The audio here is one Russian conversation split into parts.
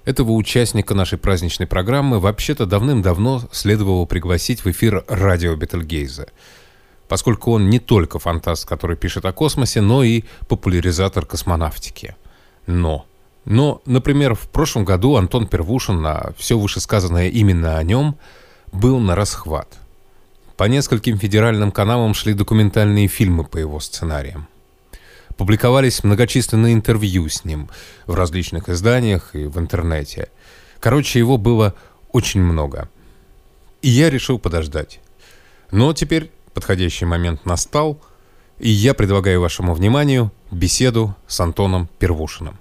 Этого участника нашей праздничной программы вообще-то давным-давно следовало пригласить в эфир радио Бетельгейзе, поскольку он не только фантаст, который пишет о космосе, но и популяризатор космонавтики. Но, например, в прошлом году Антон Первушин на все вышесказанное именно о нем был на расхват. По нескольким федеральным каналам шли документальные фильмы по его сценариям. Публиковались многочисленные интервью с ним в различных изданиях и в интернете. Короче, его было очень много. И я решил подождать. Но теперь подходящий момент настал, и я предлагаю вашему вниманию беседу с Антоном Первушиным.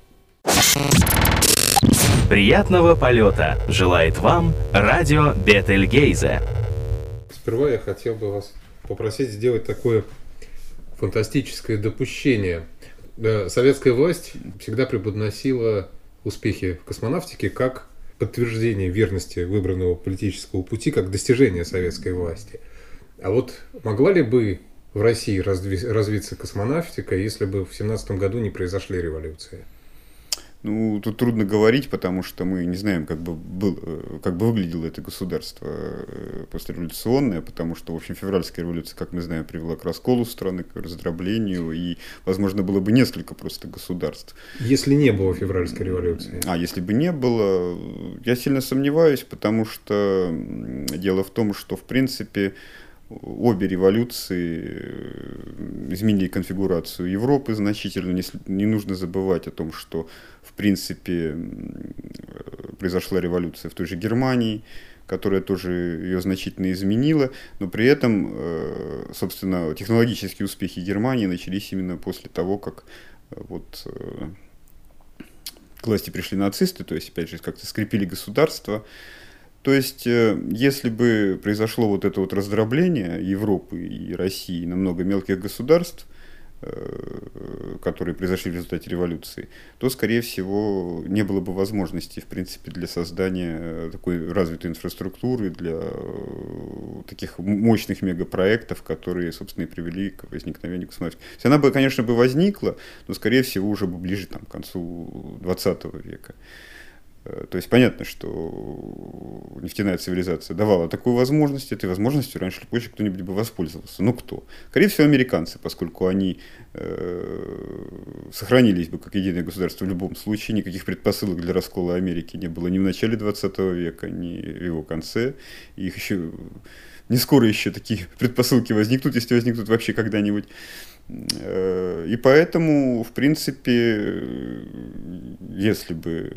Приятного полета желает вам радио Бетельгейзе. Сперва я хотел бы вас попросить сделать такое фантастическое допущение. Советская власть всегда преподносила успехи в космонавтике как подтверждение верности выбранного политического пути, как достижение советской власти. А вот могла ли бы в России развиться космонавтика, если бы в 17 году не произошли революции? Ну, тут трудно говорить, потому что мы не знаем, как бы выглядело это государство послереволюционное, потому что, в общем, февральская революция, как мы знаем, привела к расколу страны, к раздроблению, и, возможно, было бы несколько просто государств. Если не было февральской революции? Если бы не было, я сильно сомневаюсь, потому что дело в том, что, в принципе, обе революции изменили конфигурацию Европы значительно. Не нужно забывать о том, что в принципе произошла революция в той же Германии, которая тоже ее значительно изменила, но при этом, собственно, технологические успехи Германии начались именно после того, как к власти пришли нацисты, то есть, опять же, как-то скрепили государство. То есть, если бы произошло вот это вот раздробление Европы и России на много мелких государств, которые произошли в результате революции, то, скорее всего, не было бы возможности, в принципе, для создания такой развитой инфраструктуры, для таких мощных мегапроектов, которые, собственно, и привели к возникновению космонавтики. То есть она бы, конечно, возникла, но, скорее всего, уже бы ближе к концу 20 века. То есть понятно, что нефтяная цивилизация давала такую возможность, этой возможностью раньше или позже кто-нибудь бы воспользовался. Но кто? Скорее всего, американцы, поскольку они сохранились бы как единое государство в любом случае, никаких предпосылок для раскола Америки не было ни в начале 20 века, ни в его конце. Их еще не скоро еще такие предпосылки возникнут, если возникнут вообще когда-нибудь. И поэтому, в принципе, если бы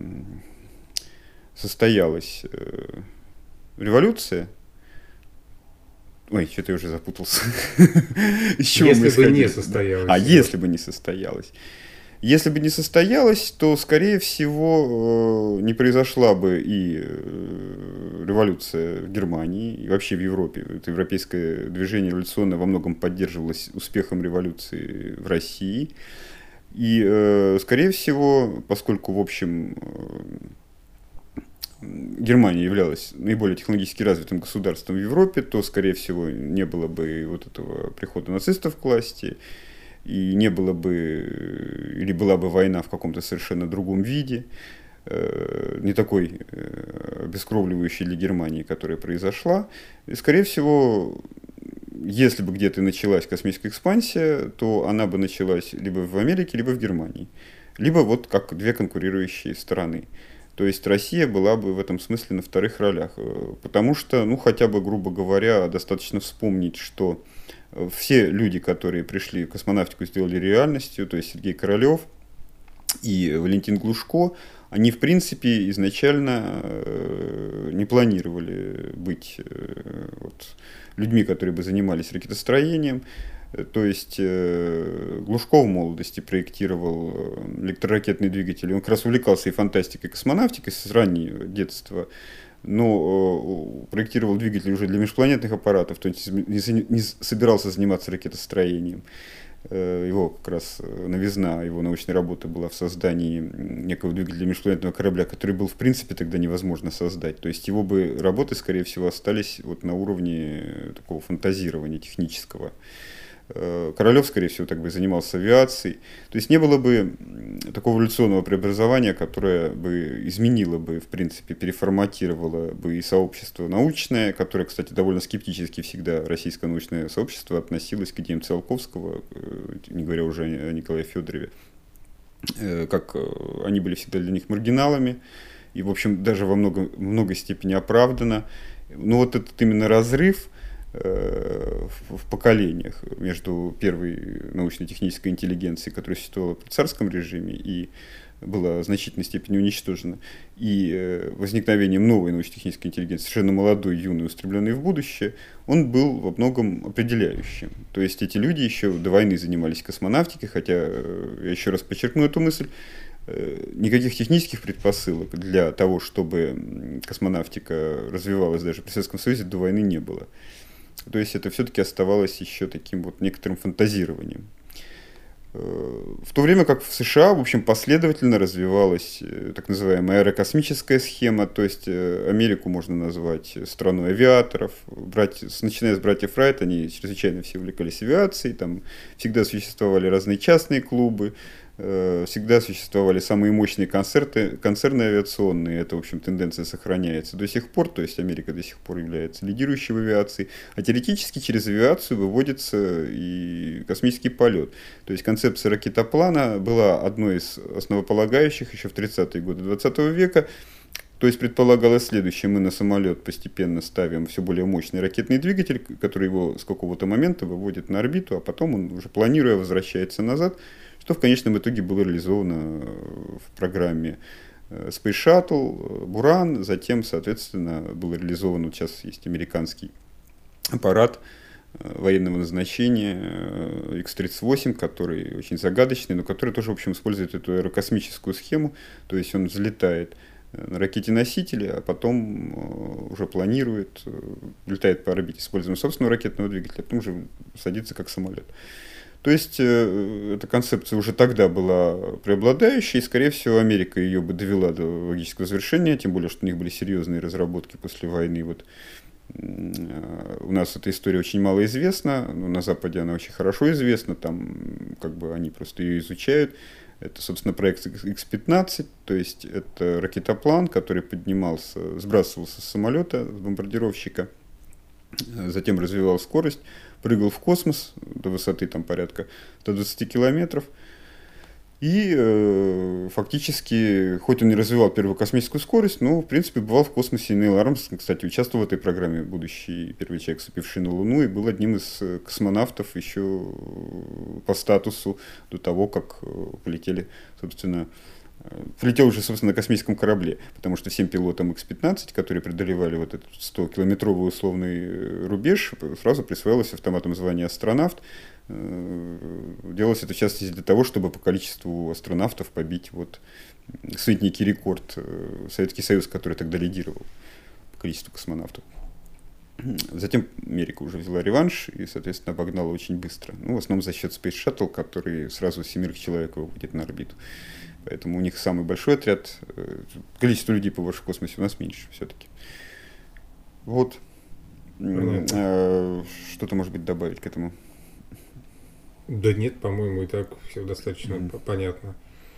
состоялась революция... Ой, что-то я уже запутался. Если бы не состоялась. Если бы не состоялась. Если бы не состоялась, то, скорее всего, не произошла бы и революция в Германии, и вообще в Европе. Это европейское движение революционное во многом поддерживалось успехом революции в России. И, скорее всего, поскольку, в общем, Германия являлась наиболее технологически развитым государством в Европе, то, скорее всего, не было бы вот этого прихода нацистов к власти, и не было бы, или была бы война в каком-то совершенно другом виде, не такой обескровливающей для Германии, которая произошла. И, скорее всего, если бы где-то началась космическая экспансия, то она бы началась либо в Америке, либо в Германии. Либо вот как две конкурирующие стороны. То есть Россия была бы в этом смысле на вторых ролях. Потому что, хотя бы, грубо говоря, достаточно вспомнить, что все люди, которые пришли в космонавтику, сделали реальностью, то есть Сергей Королёв и Валентин Глушко, они, в принципе, изначально не планировали быть людьми, которые бы занимались ракетостроением. То есть Глушко в молодости проектировал электроракетные двигатели. Он как раз увлекался и фантастикой, и космонавтикой с раннего детства, но проектировал двигатели уже для межпланетных аппаратов, то есть не собирался заниматься ракетостроением. Его как раз новизна, его научной работы была в создании некого двигателя межпланетного корабля, который был в принципе тогда невозможно создать. То есть его бы работы, скорее всего, остались на уровне такого фантазирования технического. Королев, скорее всего, так бы занимался авиацией. То есть не было бы такого эволюционного преобразования, которое бы изменило бы, в принципе, переформатировало бы и сообщество научное, которое, кстати, довольно скептически всегда российское научное сообщество относилось к идеям Циолковского, не говоря уже о Николае Федорове, как они были всегда для них маргиналами, и, в общем, даже во многой степени оправдано. Но вот этот именно разрыв в поколениях между первой научно-технической интеллигенцией, которая существовала при царском режиме и была в значительной степени уничтожена, и возникновением новой научно-технической интеллигенции, совершенно молодой, юной, устремленной в будущее, он был во многом определяющим. То есть эти люди еще до войны занимались космонавтикой, хотя, я еще раз подчеркну эту мысль, никаких технических предпосылок для того, чтобы космонавтика развивалась даже при Советском Союзе, до войны не было. То есть это все-таки оставалось еще таким вот некоторым фантазированием. В то время как в США, в общем, последовательно развивалась так называемая аэрокосмическая схема, то есть Америку можно назвать страной авиаторов. Начиная с братьев Райт, они чрезвычайно все увлекались авиацией, там всегда существовали разные частные клубы, всегда существовали самые мощные концерны авиационные, эта, в общем, тенденция сохраняется до сих пор, то есть Америка до сих пор является лидирующей в авиации, а теоретически через авиацию выводится и космический полет. То есть концепция ракетоплана была одной из основополагающих еще в 30-е годы 20 века. То есть предполагалось следующее: мы на самолет постепенно ставим все более мощный ракетный двигатель, который его с какого-то момента выводит на орбиту, а потом он, уже планируя, возвращается назад, что в конечном итоге было реализовано в программе Space Shuttle, Буран, затем, соответственно, было реализовано, вот сейчас есть американский аппарат военного назначения X-38, который очень загадочный, но который тоже, в общем, использует эту аэрокосмическую схему, то есть он взлетает на ракете-носителе, а потом уже планирует, летает по орбите, используя собственного ракетного двигателя, а потом уже садится как самолет. То есть эта концепция уже тогда была преобладающей, и, скорее всего, Америка ее бы довела до логического завершения, тем более, что у них были серьезные разработки после войны. Вот у нас эта история очень мало известна, но на Западе она очень хорошо известна, там как бы они просто ее изучают. Это, собственно, проект X-15, то есть это ракетоплан, который сбрасывался с самолета, с бомбардировщика, затем развивал скорость, прыгал в космос до высоты там порядка 120 километров. И фактически, хоть он не развивал первую космическую скорость, но, в принципе, бывал в космосе. И Нейл Армстронг, кстати, участвовал в этой программе, будущий первый человек, ступивший на Луну, и был одним из космонавтов еще по статусу до того, как полетел уже, собственно, на космическом корабле, потому что всем пилотам X-15, которые преодолевали вот этот 100-километровый условный рубеж, сразу присваивалось автоматом звание астронавт. Делалось это в частности для того, чтобы по количеству астронавтов побить вот некий рекорд Советский Союз, который тогда лидировал по количеству космонавтов. Затем Америка уже взяла реванш и, соответственно, обогнала очень быстро. В основном за счет Space Shuttle, который сразу 7 человек выводит на орбиту. Поэтому у них самый большой отряд. Количество людей побольше в космосе у нас меньше все-таки. Вот. Что-то, может быть, добавить к этому? Да нет, по-моему, и так все достаточно понятно.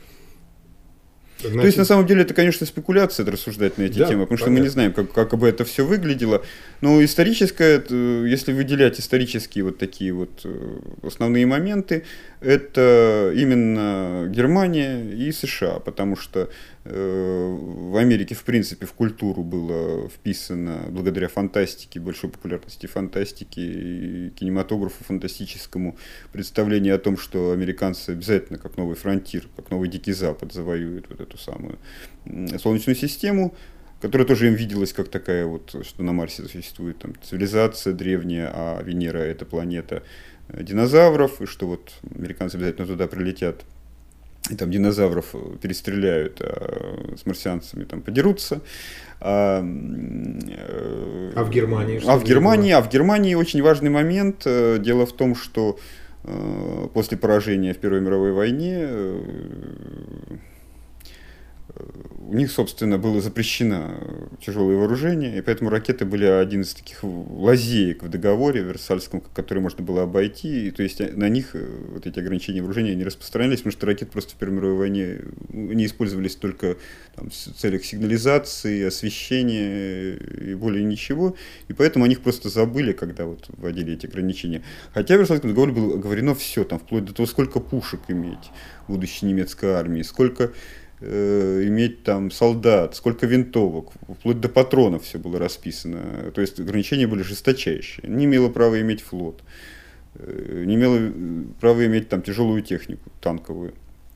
То есть, на самом деле, это, конечно, спекуляция рассуждать на эти темы, потому что мы не знаем, как бы это все выглядело. Но историческое, если выделять исторические вот такие вот основные моменты, это именно Германия и США, потому что в Америке, в принципе, в культуру было вписано, благодаря фантастике, большой популярности фантастики и кинематографу фантастическому, представление о том, что американцы обязательно, как новый фронтир, как новый Дикий Запад, завоюют вот эту самую Солнечную систему, которая тоже им виделась как такая вот, что на Марсе существует там цивилизация древняя, а Венера — это планета динозавров, и что вот американцы обязательно туда прилетят, и там динозавров перестреляют, а с марсианцами там подерутся. А в Германии? В Германии очень важный момент. Дело в том, что после поражения в Первой мировой войне У них, собственно, было запрещено тяжелое вооружение, и поэтому ракеты были один из таких лазеек в договоре Версальском, который можно было обойти. И, то есть на них вот эти ограничения вооружения не распространялись, потому что ракеты просто в Первой мировой войне не использовались только там, в целях сигнализации, освещения и более ничего. И поэтому о них просто забыли, когда вот вводили эти ограничения. Хотя в Версальском договоре было оговорено все, там, вплоть до того, сколько пушек иметь в будущей немецкой армии, сколько иметь там солдат, сколько винтовок, вплоть до патронов все было расписано. То есть ограничения были жесточайшие. Не имело права иметь флот, не имело права иметь там тяжелую технику, танковую.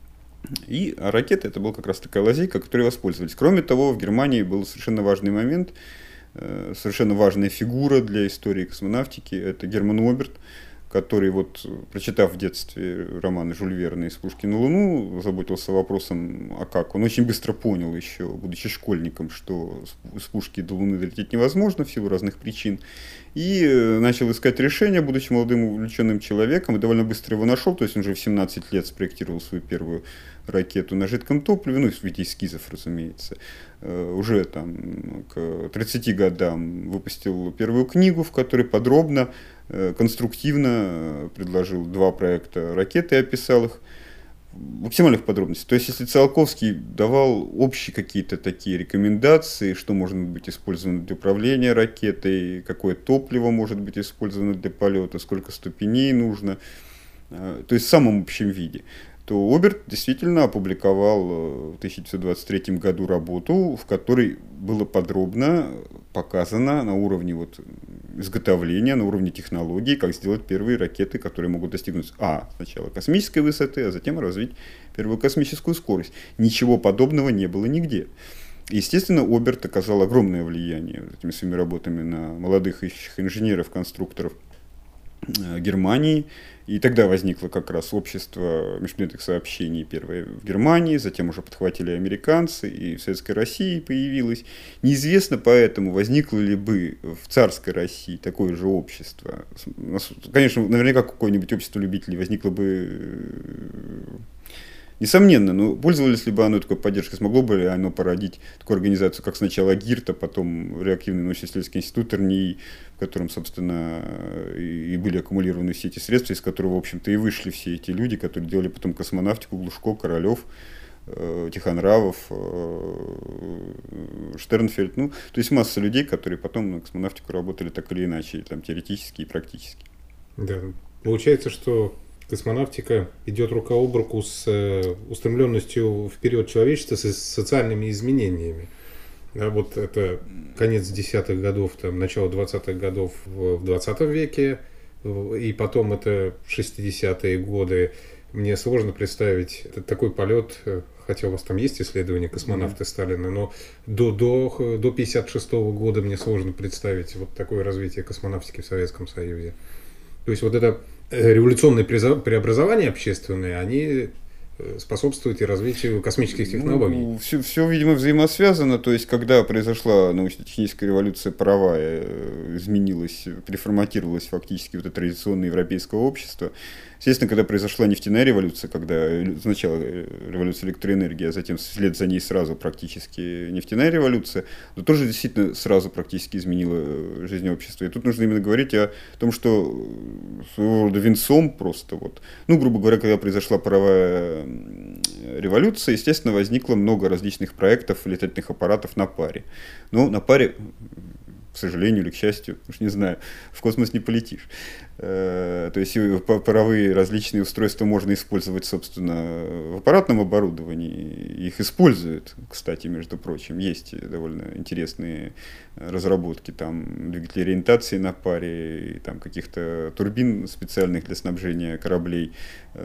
И ракеты это была как раз такая лазейка, которой воспользовались. Кроме того, в Германии был совершенно важный момент, совершенно важная фигура для истории космонавтики, это Герман Оберт, который, вот, прочитав в детстве романы Жюль Верна «Из пушки на Луну», заботился вопросом, а как. Он очень быстро понял еще, будучи школьником, что с пушки до Луны долететь невозможно в силу разных причин. И начал искать решение, будучи молодым увлеченным человеком, и довольно быстро его нашел. То есть он уже в 17 лет спроектировал свою первую ракету на жидком топливе, ну, в виде эскизов, разумеется. Уже там к 30 годам выпустил первую книгу, в которой подробно, конструктивно предложил 2 проекта ракеты и описал их в максимальных подробностях. То есть, если Циолковский давал общие какие-то такие рекомендации, что может быть использовано для управления ракетой, какое топливо может быть использовано для полета, сколько ступеней нужно, то есть в самом общем виде, то Оберт действительно опубликовал в 1923 году работу, в которой было подробно показано на уровне вот изготовления, на уровне технологий, как сделать первые ракеты, которые могут достигнуть сначала космической высоты, а затем развить первую космическую скорость. Ничего подобного не было нигде. Естественно, Оберт оказал огромное влияние этими своими работами на молодых ищущих инженеров, конструкторов Германии. И тогда возникло как раз общество межпланетных сообщений первое в Германии, затем уже подхватили американцы, и в Советской России появилось. Неизвестно поэтому, возникло ли бы в царской России такое же общество. Конечно, наверняка какое-нибудь общество любителей возникло бы, несомненно, но пользовалось ли бы оно такой поддержкой, смогло бы ли оно породить такую организацию, как сначала ГИРТ, а потом Реактивный научно-исследовательский институт РНИИ, в котором, собственно, и были аккумулированы все эти средства, из которого, в общем-то, и вышли все эти люди, которые делали потом космонавтику: Глушко, Королев, Тихонравов, Штернфельд. Ну, то есть масса людей, которые потом на космонавтику работали так или иначе, там, теоретически и практически. Да, получается, что космонавтика идет рука об руку с устремленностью вперед человечества, с социальными изменениями. Да, вот это конец 10-х годов, там, начало 20-х годов в 20 веке, и потом это 60-е годы. Мне сложно представить такой полет, хотя у вас там есть исследования космонавта Сталина, но до 56-го года мне сложно представить вот такое развитие космонавтики в Советском Союзе. То есть вот это революционные преобразования общественные, они способствуют и развитию космических технологий. Ну, все, видимо, взаимосвязано. То есть, когда произошла научно-техническая революция паровая, изменилась, переформатировалось фактически вот это традиционное европейское общество. Естественно, когда произошла нефтяная революция, когда сначала революция электроэнергии, а затем вслед за ней сразу практически нефтяная революция, то тоже действительно сразу практически изменила жизнь общества. И тут нужно именно говорить о том, что своего рода венцом просто вот, ну, грубо говоря, когда произошла паровая революция, естественно, возникло много различных проектов летательных аппаратов на паре. Но на паре, к сожалению или к счастью, уж не знаю, в космос не полетишь. То есть паровые различные устройства можно использовать, собственно, в аппаратном оборудовании. Их используют, кстати, между прочим. Есть довольно интересные разработки, там, двигателей ориентации на паре, там, каких-то турбин специальных для снабжения кораблей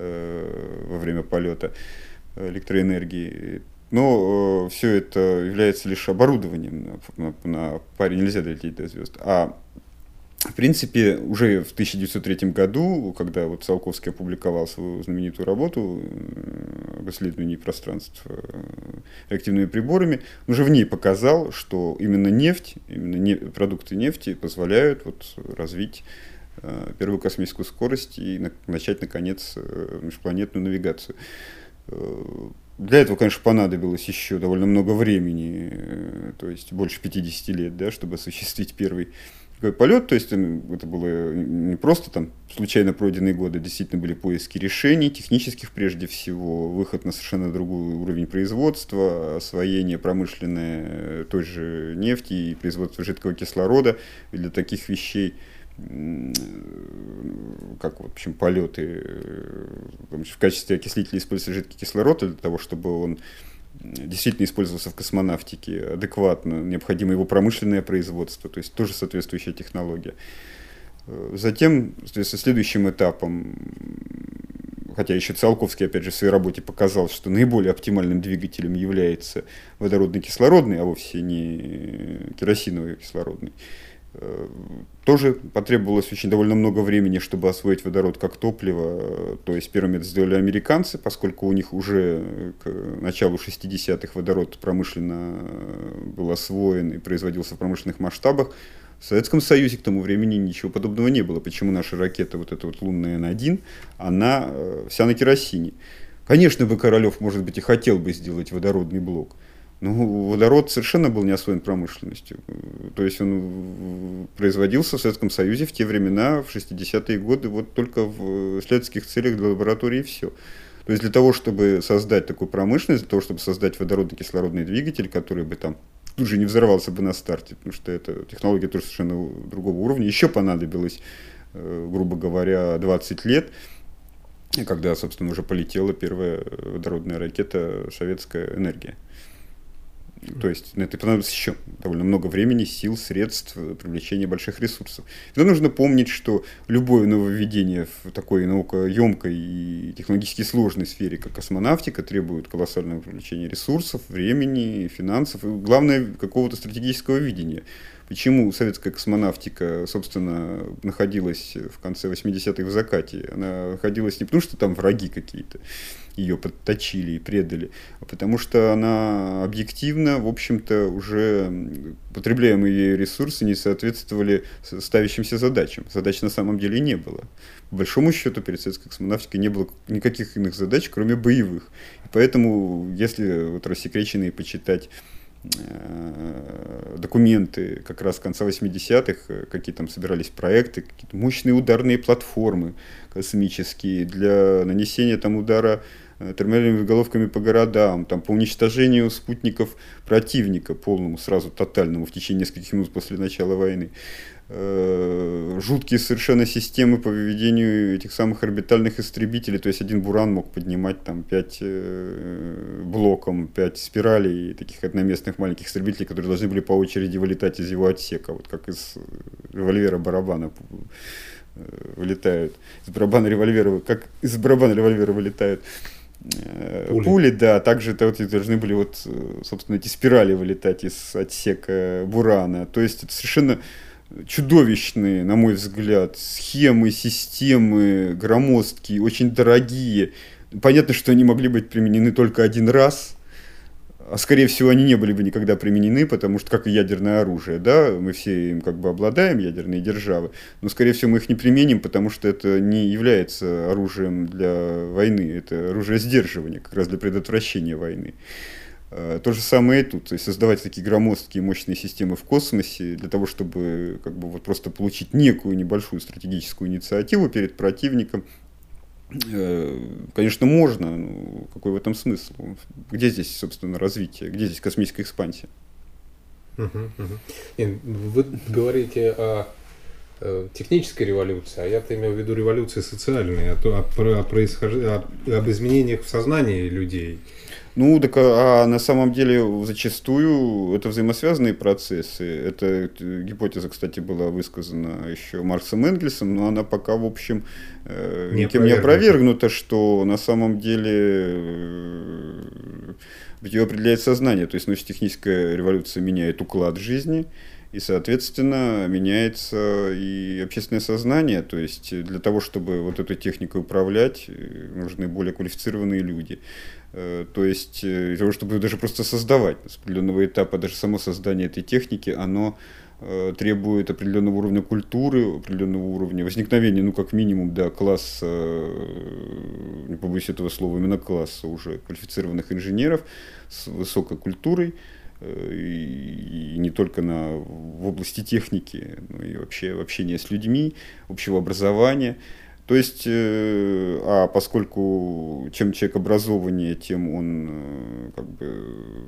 во время полета электроэнергии. Но все это является лишь оборудованием. На паре нельзя долететь до звезд. А в принципе, уже в 1903 году, когда вот Циолковский опубликовал свою знаменитую работу об исследовании пространств реактивными приборами, он уже в ней показал, что именно нефть, продукты нефти позволяют вот развить первую космическую скорость и начать, наконец, межпланетную навигацию. Для этого, конечно, понадобилось еще довольно много времени, то есть больше 50 лет, да, чтобы осуществить первый такой полет. То есть это было не просто там случайно пройденные годы, действительно были поиски решений, технических прежде всего, выход на совершенно другой уровень производства, освоение промышленное той же нефти и производство жидкого кислорода. И для таких вещей, как, в общем, полеты в качестве окислителя используется жидкий кислород, для того, чтобы он действительно использовался в космонавтике адекватно, необходимо его промышленное производство, то есть тоже соответствующая технология. Затем, следующим этапом, хотя еще Циолковский, опять же, в своей работе показал, что наиболее оптимальным двигателем является водородный кислородный, а вовсе не керосиновый кислородный, тоже потребовалось очень довольно много времени, чтобы освоить водород как топливо. То есть первым это сделали американцы, поскольку у них уже к началу 60-х водород промышленно был освоен и производился в промышленных масштабах. В Советском Союзе к тому времени ничего подобного не было. Почему наша ракета, вот эта вот лунная Н-1, она вся на керосине? Конечно бы Королев, может быть, и хотел бы сделать водородный блок. Но водород совершенно был не освоен промышленностью. То есть он производился в Советском Союзе в те времена, в 60-е годы, вот только в исследовательских целях для лаборатории и все. То есть для того, чтобы создать такую промышленность, для того, чтобы создать водородный кислородный двигатель, который бы там тут же не взорвался бы на старте, потому что эта технология тоже совершенно другого уровня, еще понадобилось, грубо говоря, 20 лет, когда, собственно, уже полетела первая водородная ракета «Советская энергия». То есть на это понадобится еще довольно много времени, сил, средств, привлечения больших ресурсов. Но нужно помнить, что любое нововведение в такой наукоемкой и технологически сложной сфере, как космонавтика, требует колоссального привлечения ресурсов, времени, финансов и, главное, какого-то стратегического видения. Почему советская космонавтика, собственно, находилась в конце 80-х в закате? Она находилась не потому, что там враги какие-то ее подточили и предали, а потому что она объективно, в общем-то, уже потребляемые ею ресурсы не соответствовали ставящимся задачам. Задач на самом деле не было. По большому счету, перед советской космонавтикой не было никаких иных задач, кроме боевых. И поэтому, если вот рассекреченные почитать документы как раз конца 80-х, какие там собирались проекты, какие-то мощные ударные платформы космические для нанесения там удара термальными головками по городам, там, по уничтожению спутников противника полному, сразу тотальному в течение нескольких минут после начала войны. Жуткие совершенно системы по выведению этих самых орбитальных истребителей, то есть один «Буран» мог поднимать там 5 блоком, 5 спиралей, таких одноместных маленьких истребителей, которые должны были по очереди вылетать из его отсека, вот как из револьвера-барабана вылетают, из барабана револьвера, как из барабана револьвера вылетают пули, да, также должны были вот, собственно, эти спирали вылетать из отсека «Бурана». То есть это совершенно чудовищные, на мой взгляд, схемы, системы, громоздкие, очень дорогие. Понятно, что они могли быть применены только один раз, а скорее всего они не были бы никогда применены, потому что, как и ядерное оружие, да, мы все им как бы обладаем, ядерные державы, но скорее всего мы их не применим, потому что это не является оружием для войны, это оружие сдерживания, как раз для предотвращения войны. То же самое и тут, то есть создавать такие громоздкие мощные системы в космосе для того, чтобы как бы вот просто получить некую небольшую стратегическую инициативу перед противником, конечно, можно, но какой в этом смысл? Где здесь, собственно, развитие, где здесь космическая экспансия? Вы говорите о технической революции, а я-то имел в виду революции социальные, об изменениях в сознании людей. Ну, так а на самом деле зачастую это взаимосвязанные процессы. Эта гипотеза, кстати, была высказана еще Марксом Энгельсом, но она пока, в общем, никем не опровергнута, что на самом деле ее определяет сознание. То есть, научно-техническая революция меняет уклад жизни, и, соответственно, меняется и общественное сознание. То есть для того, чтобы вот этой техникой управлять, нужны более квалифицированные люди. То есть для того, чтобы даже просто создавать с определенного этапа, даже само создание этой техники, оно требует определенного уровня культуры, определенного уровня возникновения, ну, как минимум, да, класса, не побоюсь этого слова, именно класса уже квалифицированных инженеров с высокой культурой, и не только в области техники, но и вообще в общении с людьми, общего образования. То есть, а поскольку чем человек образованнее, тем он как бы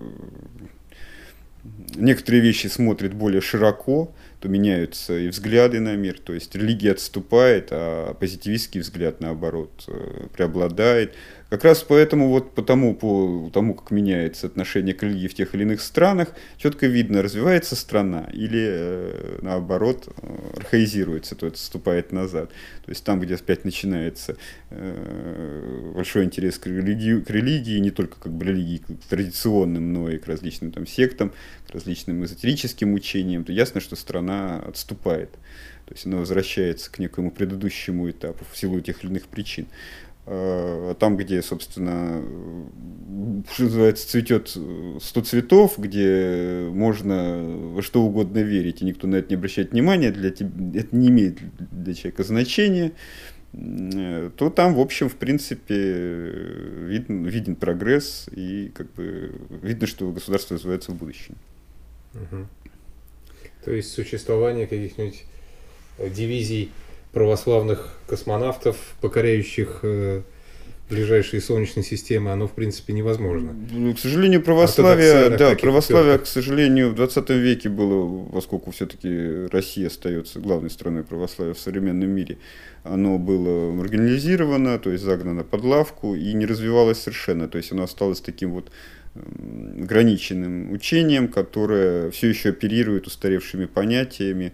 некоторые вещи смотрит более широко, то меняются и взгляды на мир, то есть религия отступает, а позитивистский взгляд, наоборот, преобладает. Как раз поэтому, вот по тому, как меняется отношение к религии в тех или иных странах, четко видно, развивается страна или, наоборот, архаизируется, то есть отступает назад. То есть там, где опять начинается большой интерес к религии, не только как бы религии к традиционным, но и к различным там сектам, к различным эзотерическим учениям, то ясно, что страна отступает. То есть она возвращается к некому предыдущему этапу в силу тех или иных причин. Там, где, собственно, что называется, цветет 100 цветов, где можно во что угодно верить, и никто на это не обращает внимания, это не имеет для человека значения, то там, в общем, в принципе, виден прогресс, и как бы видно, что государство развивается в будущем. Угу. То есть существование каких-нибудь дивизий православных космонавтов, покоряющих ближайшие солнечные системы, оно в принципе невозможно. К сожалению, православие, к сожалению, в 20 веке было, поскольку все-таки Россия остается главной страной православия в современном мире, оно было маргинализировано, то есть загнано под лавку и не развивалось совершенно, то есть оно осталось таким вот ограниченным учением, которое все еще оперирует устаревшими понятиями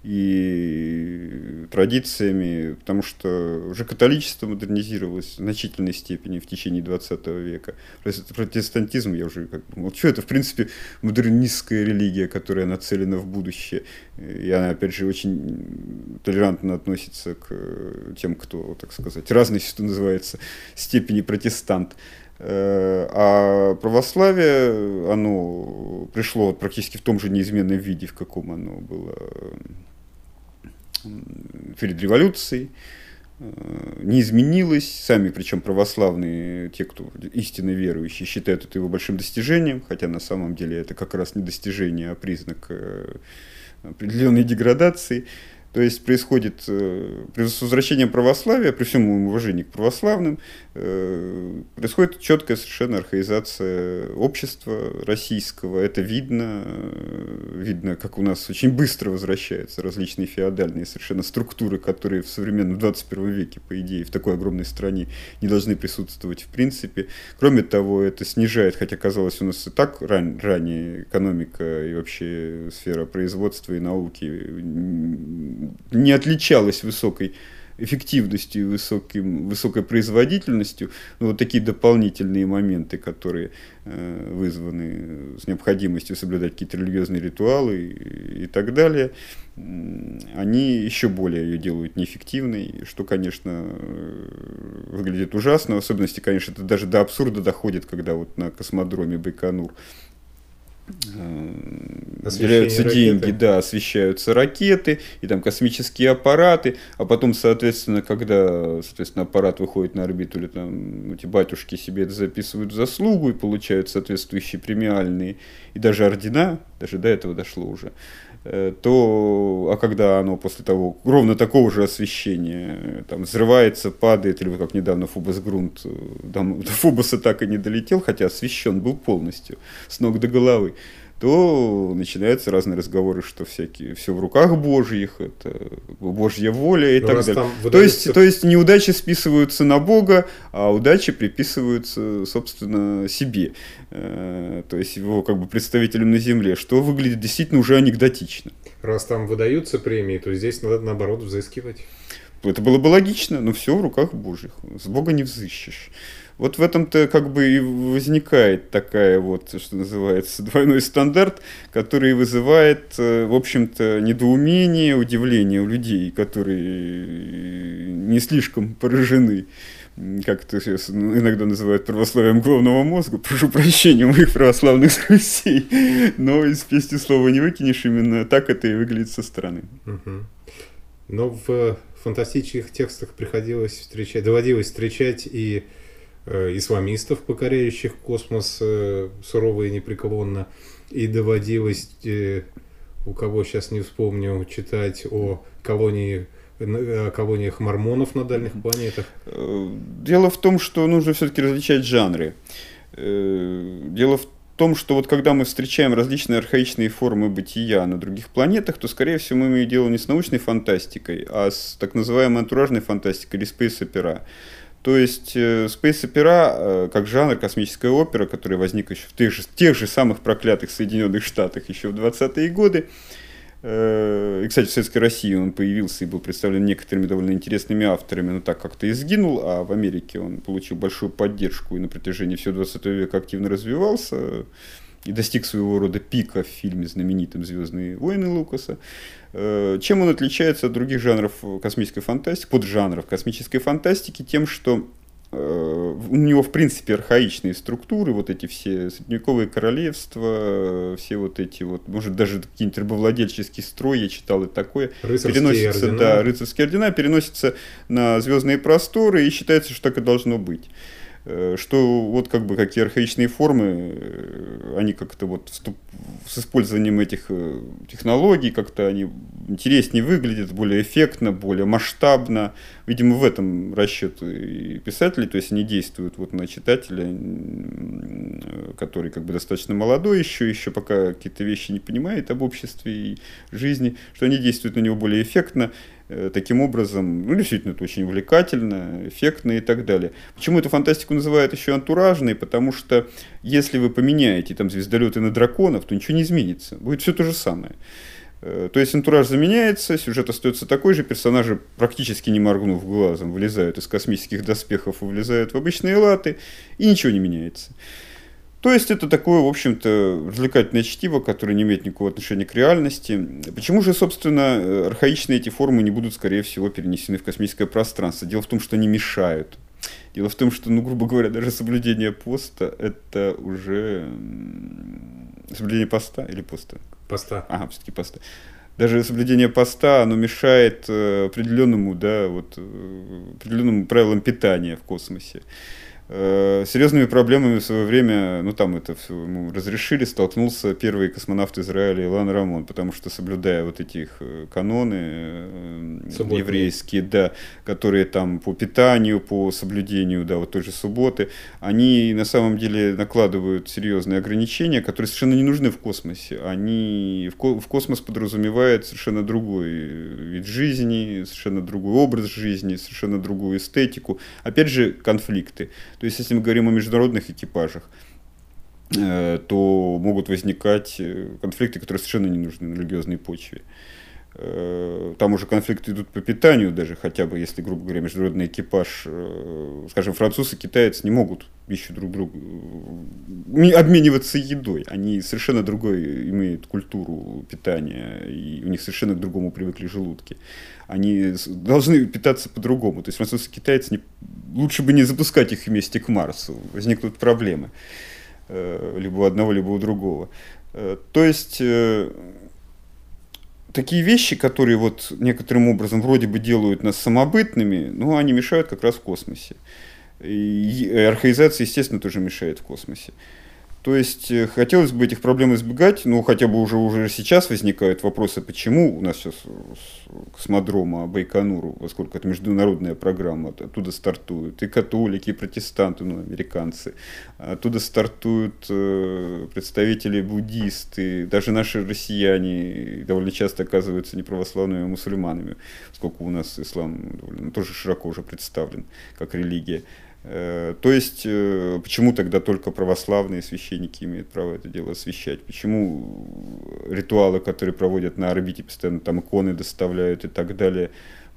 и традициями, потому что уже католичество модернизировалось в значительной степени в течение 20 века. Протестантизм, я уже как бы молчу, это в принципе модернистская религия, которая нацелена в будущее. И она, опять же, очень толерантно относится к тем, кто, так сказать, разной, что называется, степени протестант. А православие, оно пришло практически в том же неизменном виде, в каком оно было перед революцией, не изменилось. Сами, причем православные, те, кто истинно верующие, считают это его большим достижением, хотя на самом деле это как раз не достижение, а признак определенной деградации. То есть происходит при возвращении православия, при всем моем уважении к православным, происходит четкая совершенно архаизация общества российского. Это видно, как у нас очень быстро возвращаются различные феодальные совершенно структуры, которые в современном 21 веке, по идее, в такой огромной стране не должны присутствовать в принципе. Кроме того, это снижает, хотя казалось у нас и так ранее экономика и вообще сфера производства и науки не отличалась высокой эффективностью и высокой производительностью, но вот такие дополнительные моменты, которые вызваны с необходимостью соблюдать какие-то религиозные ритуалы и так далее, они еще более ее делают неэффективной, что, конечно, выглядит ужасно. В особенности, конечно, это даже до абсурда доходит, когда вот на космодроме Байконур выделяются деньги, да, освещаются ракеты и там космические аппараты, а потом, соответственно, когда, аппарат выходит на орбиту, или там эти батюшки себе это записывают в заслугу и получают соответствующие премиальные и даже ордена, даже до этого дошло уже, а когда оно после того, ровно такого же освещения, там, взрывается, падает, или вот как недавно Фобос-Грунт, до Фобоса так и не долетел, хотя освещен был полностью, с ног до головы, то начинаются разные разговоры, что все в руках Божьих, это Божья воля и так далее. То есть неудачи списываются на Бога, а удачи приписываются, собственно, себе, то есть его как бы представителям на земле, что выглядит действительно уже анекдотично. Раз там выдаются премии, то здесь надо, наоборот, взыскивать. Это было бы логично, но все в руках Божьих, с Бога не взыщешь. Вот в этом-то как бы и возникает такая вот, что называется, двойной стандарт, который вызывает, в общем-то, недоумение, удивление у людей, которые не слишком поражены как это сейчас иногда называют православием головного мозга, прошу прощения у моих православных друзей, но из песни слова не выкинешь, именно так это и выглядит со стороны. Но в фантастических текстах доводилось встречать и исламистов, покоряющих космос сурово и непреклонно, и доводилось, у кого сейчас не вспомню, читать о колониях мормонов на дальних планетах. Дело в том, что нужно все-таки различать жанры. Дело в том, что вот когда мы встречаем различные архаичные формы бытия на других планетах, то, скорее всего, мы имеем дело не с научной фантастикой, а с так называемой антуражной фантастикой или space-опера. То есть space-опера, как жанр, космическая опера, который возник еще в тех же самых проклятых Соединенных Штатах еще в 20-е годы. И, кстати, в Советской России он появился и был представлен некоторыми довольно интересными авторами, но так как-то и сгинул, а в Америке он получил большую поддержку и на протяжении всего 20 века активно развивался и достиг своего рода пика в фильме знаменитом «Звездные войны» Лукаса. Чем он отличается от других жанров космической фантастики, поджанров космической фантастики? Тем, что у него, в принципе, архаичные структуры, вот эти все средневековые королевства, все вот эти вот, может, даже какие-нибудь рабовладельческий строй, я читал и такое, рыцарские ордена переносятся на звездные просторы, и считается, что так и должно быть. Что вот как бы какие архаичные формы, они как-то вот с использованием этих технологий как-то они интереснее выглядят, более эффектно, более масштабно. Видимо, в этом расчет и писателей, то есть они действуют вот на читателя, который как бы достаточно молодой еще пока какие-то вещи не понимает об обществе и жизни, что они действуют на него более эффектно. Таким образом, ну, действительно, это очень увлекательно, эффектно и так далее. Почему эту фантастику называют еще антуражной? Потому что если вы поменяете там звездолеты на драконов, то ничего не изменится. Будет все то же самое. То есть антураж заменяется, сюжет остается такой же, персонажи, практически не моргнув глазом, вылезают из космических доспехов и влезают в обычные латы, и ничего не меняется. То есть это такое, в общем-то, развлекательное чтиво, которое не имеет никакого отношения к реальности. Почему же, собственно, архаичные эти формы не будут, скорее всего, перенесены в космическое пространство? Дело в том, что они мешают. Дело в том, что, ну, грубо говоря, даже соблюдение поста – это уже… Соблюдение поста или поста? Поста. Ага, все-таки поста. Даже соблюдение поста, оно мешает определенному правилам питания в космосе. Серьезными проблемами в свое время, ну там это все ему разрешили, столкнулся первый космонавт Израиля Илан Рамон, потому что, соблюдая вот эти их каноны еврейские, да, которые там по питанию, по соблюдению, да, вот той же субботы, они на самом деле накладывают серьезные ограничения, которые совершенно не нужны в космосе. Они в космос подразумевает совершенно другой вид жизни, совершенно другой образ жизни, совершенно другую эстетику. Опять же, конфликты. То есть, если мы говорим о международных экипажах, то могут возникать конфликты, которые совершенно не нужны на религиозной почве. Там уже конфликты идут по питанию даже, хотя бы, если, грубо говоря, международный экипаж, скажем, француз и китаец не могут пищу друг другу обмениваться едой. Они совершенно другой имеют культуру питания, и у них совершенно к другому привыкли желудки. Они должны питаться по-другому. То есть француз и китаец, лучше бы не запускать их вместе к Марсу. Возникнут проблемы. Либо у одного, либо у другого. То есть такие вещи, которые вот некоторым образом вроде бы делают нас самобытными, но они мешают как раз в космосе. И архаизация, естественно, тоже мешает в космосе. То есть хотелось бы этих проблем избегать, но хотя бы уже сейчас возникают вопросы, почему у нас сейчас с космодрома Байконуру, поскольку это международная программа, оттуда стартуют и католики, и протестанты, ну, американцы, оттуда стартуют представители буддисты, даже наши россияне довольно часто оказываются не православными, а мусульманами, поскольку у нас ислам тоже широко уже представлен как религия. То есть, почему тогда только православные священники имеют право это дело освящать? Почему ритуалы, которые проводят на орбите, постоянно там иконы доставляют и так далее,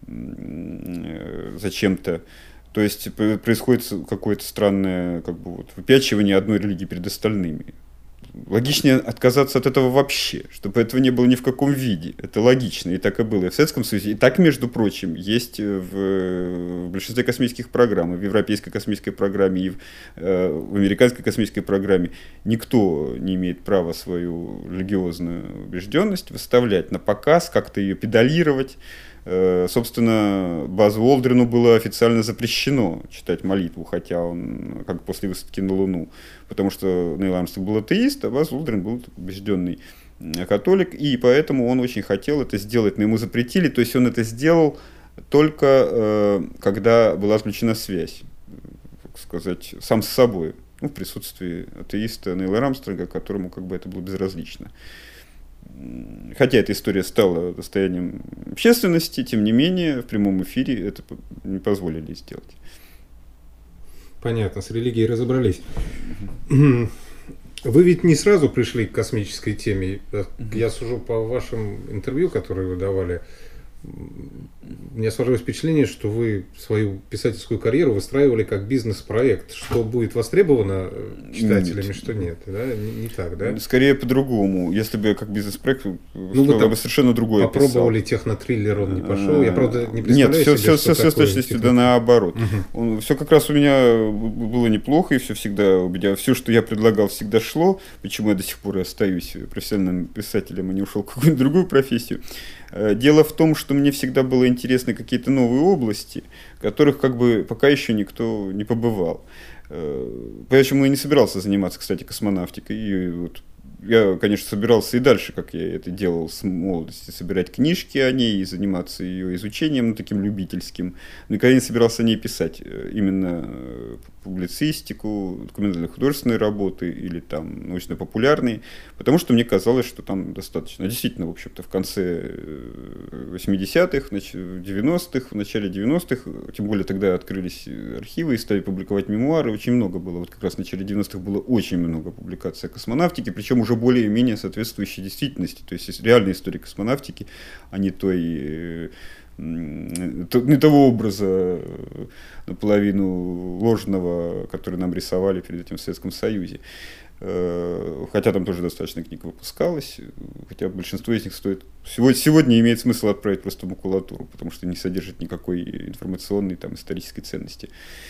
зачем-то? То есть, происходит какое-то странное как бы, вот, выпячивание одной религии перед остальными. логичнее отказаться от этого вообще, чтобы этого не было ни в каком виде. Это логично, и так и было и в Советском Союзе. И так, между прочим, есть в большинстве космических программ, и в Европейской космической программе, и в Американской космической программе. Никто не имеет права свою религиозную убежденность выставлять на показ, как-то ее педалировать. Собственно, Базу Олдрину было официально запрещено читать молитву, хотя он как после высадки на Луну, потому что Нейл Армстронг был атеист, а Баз Олдрин был убежденный католик, и поэтому он очень хотел это сделать, но ему запретили, то есть он это сделал только когда была отключена связь, так сказать, сам с собой, в присутствии атеиста Нейла Армстронга, которому как бы это было безразлично. Хотя эта история стала достоянием общественности, тем не менее, в прямом эфире это не позволили сделать. Понятно, с религией разобрались. Вы ведь не сразу пришли к космической теме. Я сужу по вашим интервью, которые вы давали. У меня сложилось впечатление, что вы свою писательскую карьеру выстраивали как бизнес-проект. Что будет востребовано читателями, нет. Что нет. Да? Не так, да? Скорее по-другому. Если бы я как бизнес-проект, я бы совершенно другое писал. Попробовали технотриллер, он не пошел. Я, правда, не представляю Нет, себе, все с точностью да наоборот. Все как раз у меня было неплохо, и все всегда, у меня все, что я предлагал, всегда шло. Почему я до сих пор и остаюсь профессиональным писателем, а не ушел в какую-нибудь другую профессию. Дело в том, что мне всегда было интересны какие-то новые области, в которых как бы пока еще никто не побывал. Поэтому я не собирался заниматься, кстати, космонавтикой. И вот я, конечно, собирался и дальше, как я это делал с молодости, собирать книжки о ней и заниматься ее изучением, таким любительским. Но никогда не собирался о ней писать именно публицистику, документальные художественные работы или там научно-популярные, потому что мне казалось, что там достаточно. Действительно, в общем-то, в конце 80-х, в 90-х, в начале 90-х, тем более тогда открылись архивы и стали публиковать мемуары, очень много было. Вот как раз в начале 90-х было очень много публикаций о космонавтике, причем уже более-менее соответствующей действительности. То есть реальная история космонавтики, а не не того образа наполовину ложного, который нам рисовали перед этим в Советском Союзе. Хотя там тоже достаточно книг выпускалось, хотя большинство из них стоит... Сегодня имеет смысл отправить просто в макулатуру, потому что не содержит никакой информационной, там, исторической ценности.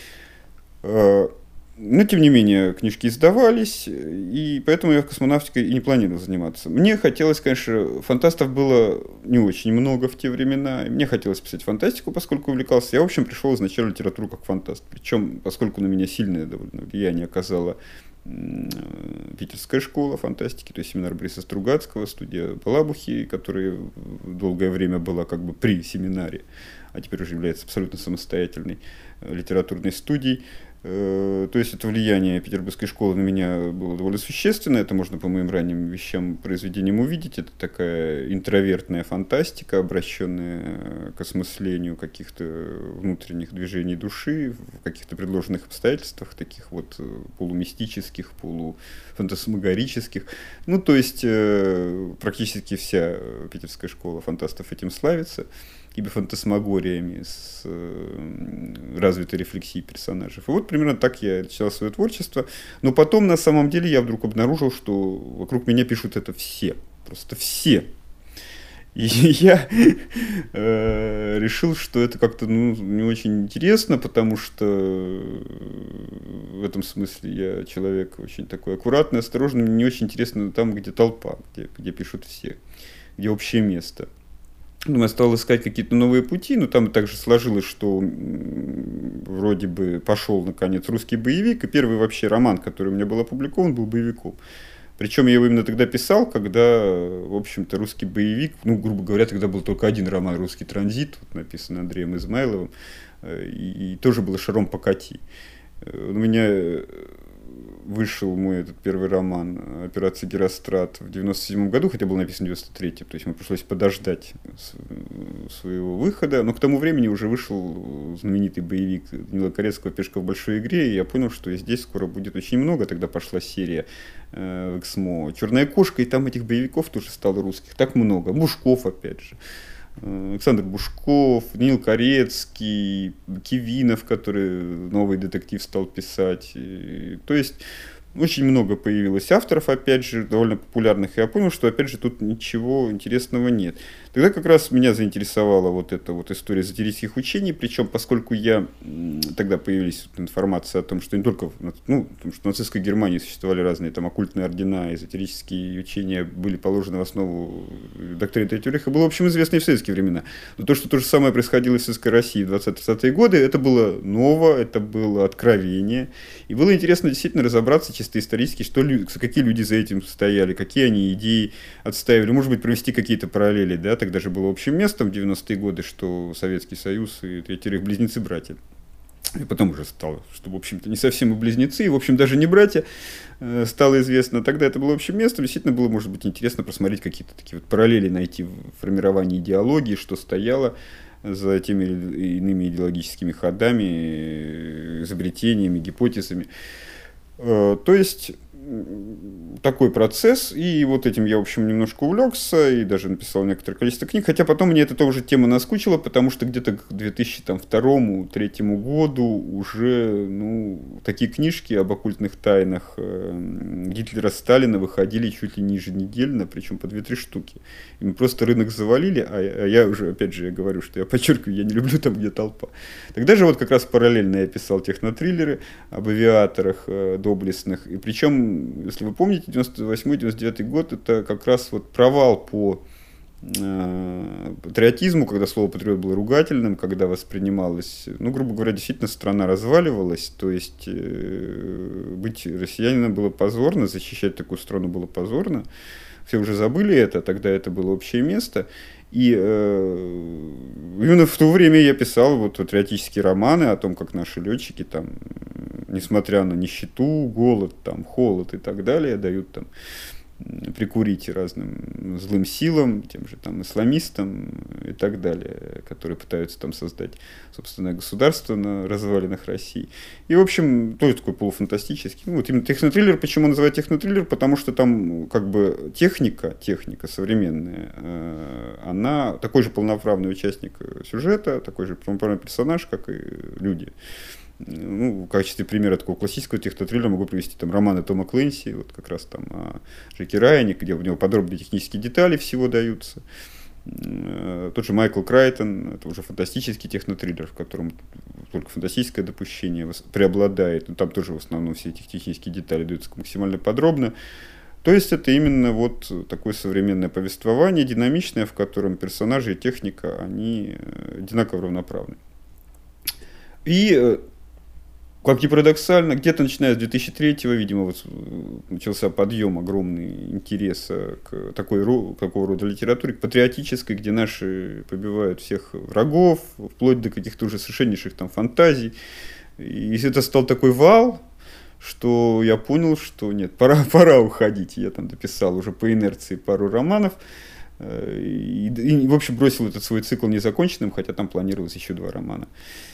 Но, тем не менее, книжки издавались, и поэтому я космонавтикой и не планировал заниматься. Мне хотелось, конечно, фантастов было не очень много в те времена, и мне хотелось писать фантастику, поскольку увлекался. Я, в общем, пришел изначально в литературу как фантаст. Причем, поскольку на меня сильное довольно влияние оказала Питерская школа фантастики, то есть семинар Бориса Стругацкого, студия Балабухи, которая долгое время была как бы при семинаре, а теперь уже является абсолютно самостоятельной литературной студией. То есть это влияние Петербургской школы на меня было довольно существенное. Это можно по моим ранним вещам, произведениям увидеть. Это такая интровертная фантастика, обращенная к осмыслению каких-то внутренних движений души в каких-то предложенных обстоятельствах, таких вот полумистических, полуфантасмагорических. Ну, то есть практически вся Питерская школа фантастов этим славится. Фантасмагориями с развитой рефлексией персонажей. И вот примерно так я начал свое творчество. Но потом, на самом деле, я вдруг обнаружил, что вокруг меня пишут это все. Просто все. И я решил, что это как-то не очень интересно, потому что в этом смысле я человек очень такой аккуратный, осторожный. Мне не очень интересно там, где толпа, где пишут все, где общее место. Я стал искать какие-то новые пути, но там также сложилось, что вроде бы пошел, наконец, русский боевик, и первый вообще роман, который у меня был опубликован, был боевиком. Причем я его именно тогда писал, когда, в общем-то, русский боевик, грубо говоря, тогда был только один роман «Русский транзит», вот, написан Андреем Измайловым, и тоже было «Шаром покати». У меня вышел мой этот первый роман «Операция Герострат» в 1997 году, хотя был написан в 1993, то есть мне пришлось подождать своего выхода, но к тому времени уже вышел знаменитый боевик Данила Корецкого «Пешка в большой игре», и я понял, что и здесь скоро будет очень много. Тогда пошла серия в Эксмо «Черная кошка», и там этих боевиков тоже стало русских так много. Бушков, опять же. Александр Бушков, Данил Корецкий, Кивинов, который новый детектив стал писать. То есть Очень много появилось авторов, опять же, довольно популярных, и я понял, что, опять же, тут ничего интересного нет. Тогда как раз меня заинтересовала вот эта вот история эзотерических учений, причем поскольку тогда появилась информация о том, что не только, потому что в нацистской Германии существовали разные там оккультные ордена, эзотерические учения были положены в основу доктрины Третьего рейха, было, в общем, известно и в советские времена. Но то, что то же самое происходило в Советской России в 20-30-е годы, это было ново, это было откровение, и было интересно действительно разобраться чисто исторически, какие люди за этим стояли, какие они идеи отстаивали, может быть, провести какие-то параллели, да, тогда же было общим местом в 90-е годы, что Советский Союз и Третий рейх близнецы-братья. И потом уже стало, что, в общем-то, не совсем и близнецы, и, в общем, даже не братья, стало известно. Тогда это было общим местом, действительно было, может быть, интересно просмотреть какие-то такие вот параллели, найти в формировании идеологии, что стояло за теми или иными идеологическими ходами, изобретениями, гипотезами. То есть такой процесс, и вот этим я, в общем, немножко увлекся и даже написал некоторое количество книг, хотя потом мне эта тоже тема наскучила, потому что где-то к 2002-2003 году уже такие книжки об оккультных тайнах Гитлера, Сталина выходили чуть ли не еженедельно, причем по 2-3 штуки. И мы просто рынок завалили, а я уже, опять же, я говорю, что я подчеркиваю, я не люблю там, где толпа. Тогда же вот как раз параллельно я писал технотриллеры об авиаторах доблестных, и причем, если вы помните, 98-99 год, это как раз вот провал по патриотизму, когда слово «патриот» было ругательным, когда воспринималось, грубо говоря, действительно страна разваливалась, то есть быть россиянином было позорно, защищать такую страну было позорно, все уже забыли это, тогда это было общее место. И именно в то время я писал вот патриотические романы о том, как наши летчики, там, несмотря на нищету, голод, там, холод и так далее, дают там прикурить разным злым силам, тем же там исламистам и так далее, которые пытаются там создать собственное государство на развалинах России. И, в общем, тоже такой полуфантастический. Вот именно технотриллер. Почему называют технотриллер? Потому что там как бы техника современная, она такой же полноправный участник сюжета, такой же полноправный персонаж, как и люди. В качестве примера такого классического технотриллера могу привести там романы Тома Клэнси, вот как раз там о Джеке Райане, где у него подробные технические детали всего даются. Тот же Майкл Крайтон, это уже фантастический технотриллер, в котором только фантастическое допущение преобладает, но там тоже в основном все эти технические детали даются максимально подробно. То есть это именно вот такое современное повествование, динамичное, в котором персонажи и техника, они одинаково равноправны. И как ни парадоксально, где-то начиная с 2003-го, видимо, вот начался подъем огромный интереса к такого рода литературе, к патриотической, где наши побивают всех врагов, вплоть до каких-то уже совершеннейших там фантазий. И это стал такой вал, что я понял, что нет, пора уходить. Я там дописал уже по инерции пару романов. И, в общем, бросил этот свой цикл незаконченным, хотя там планировалось еще 2 романа.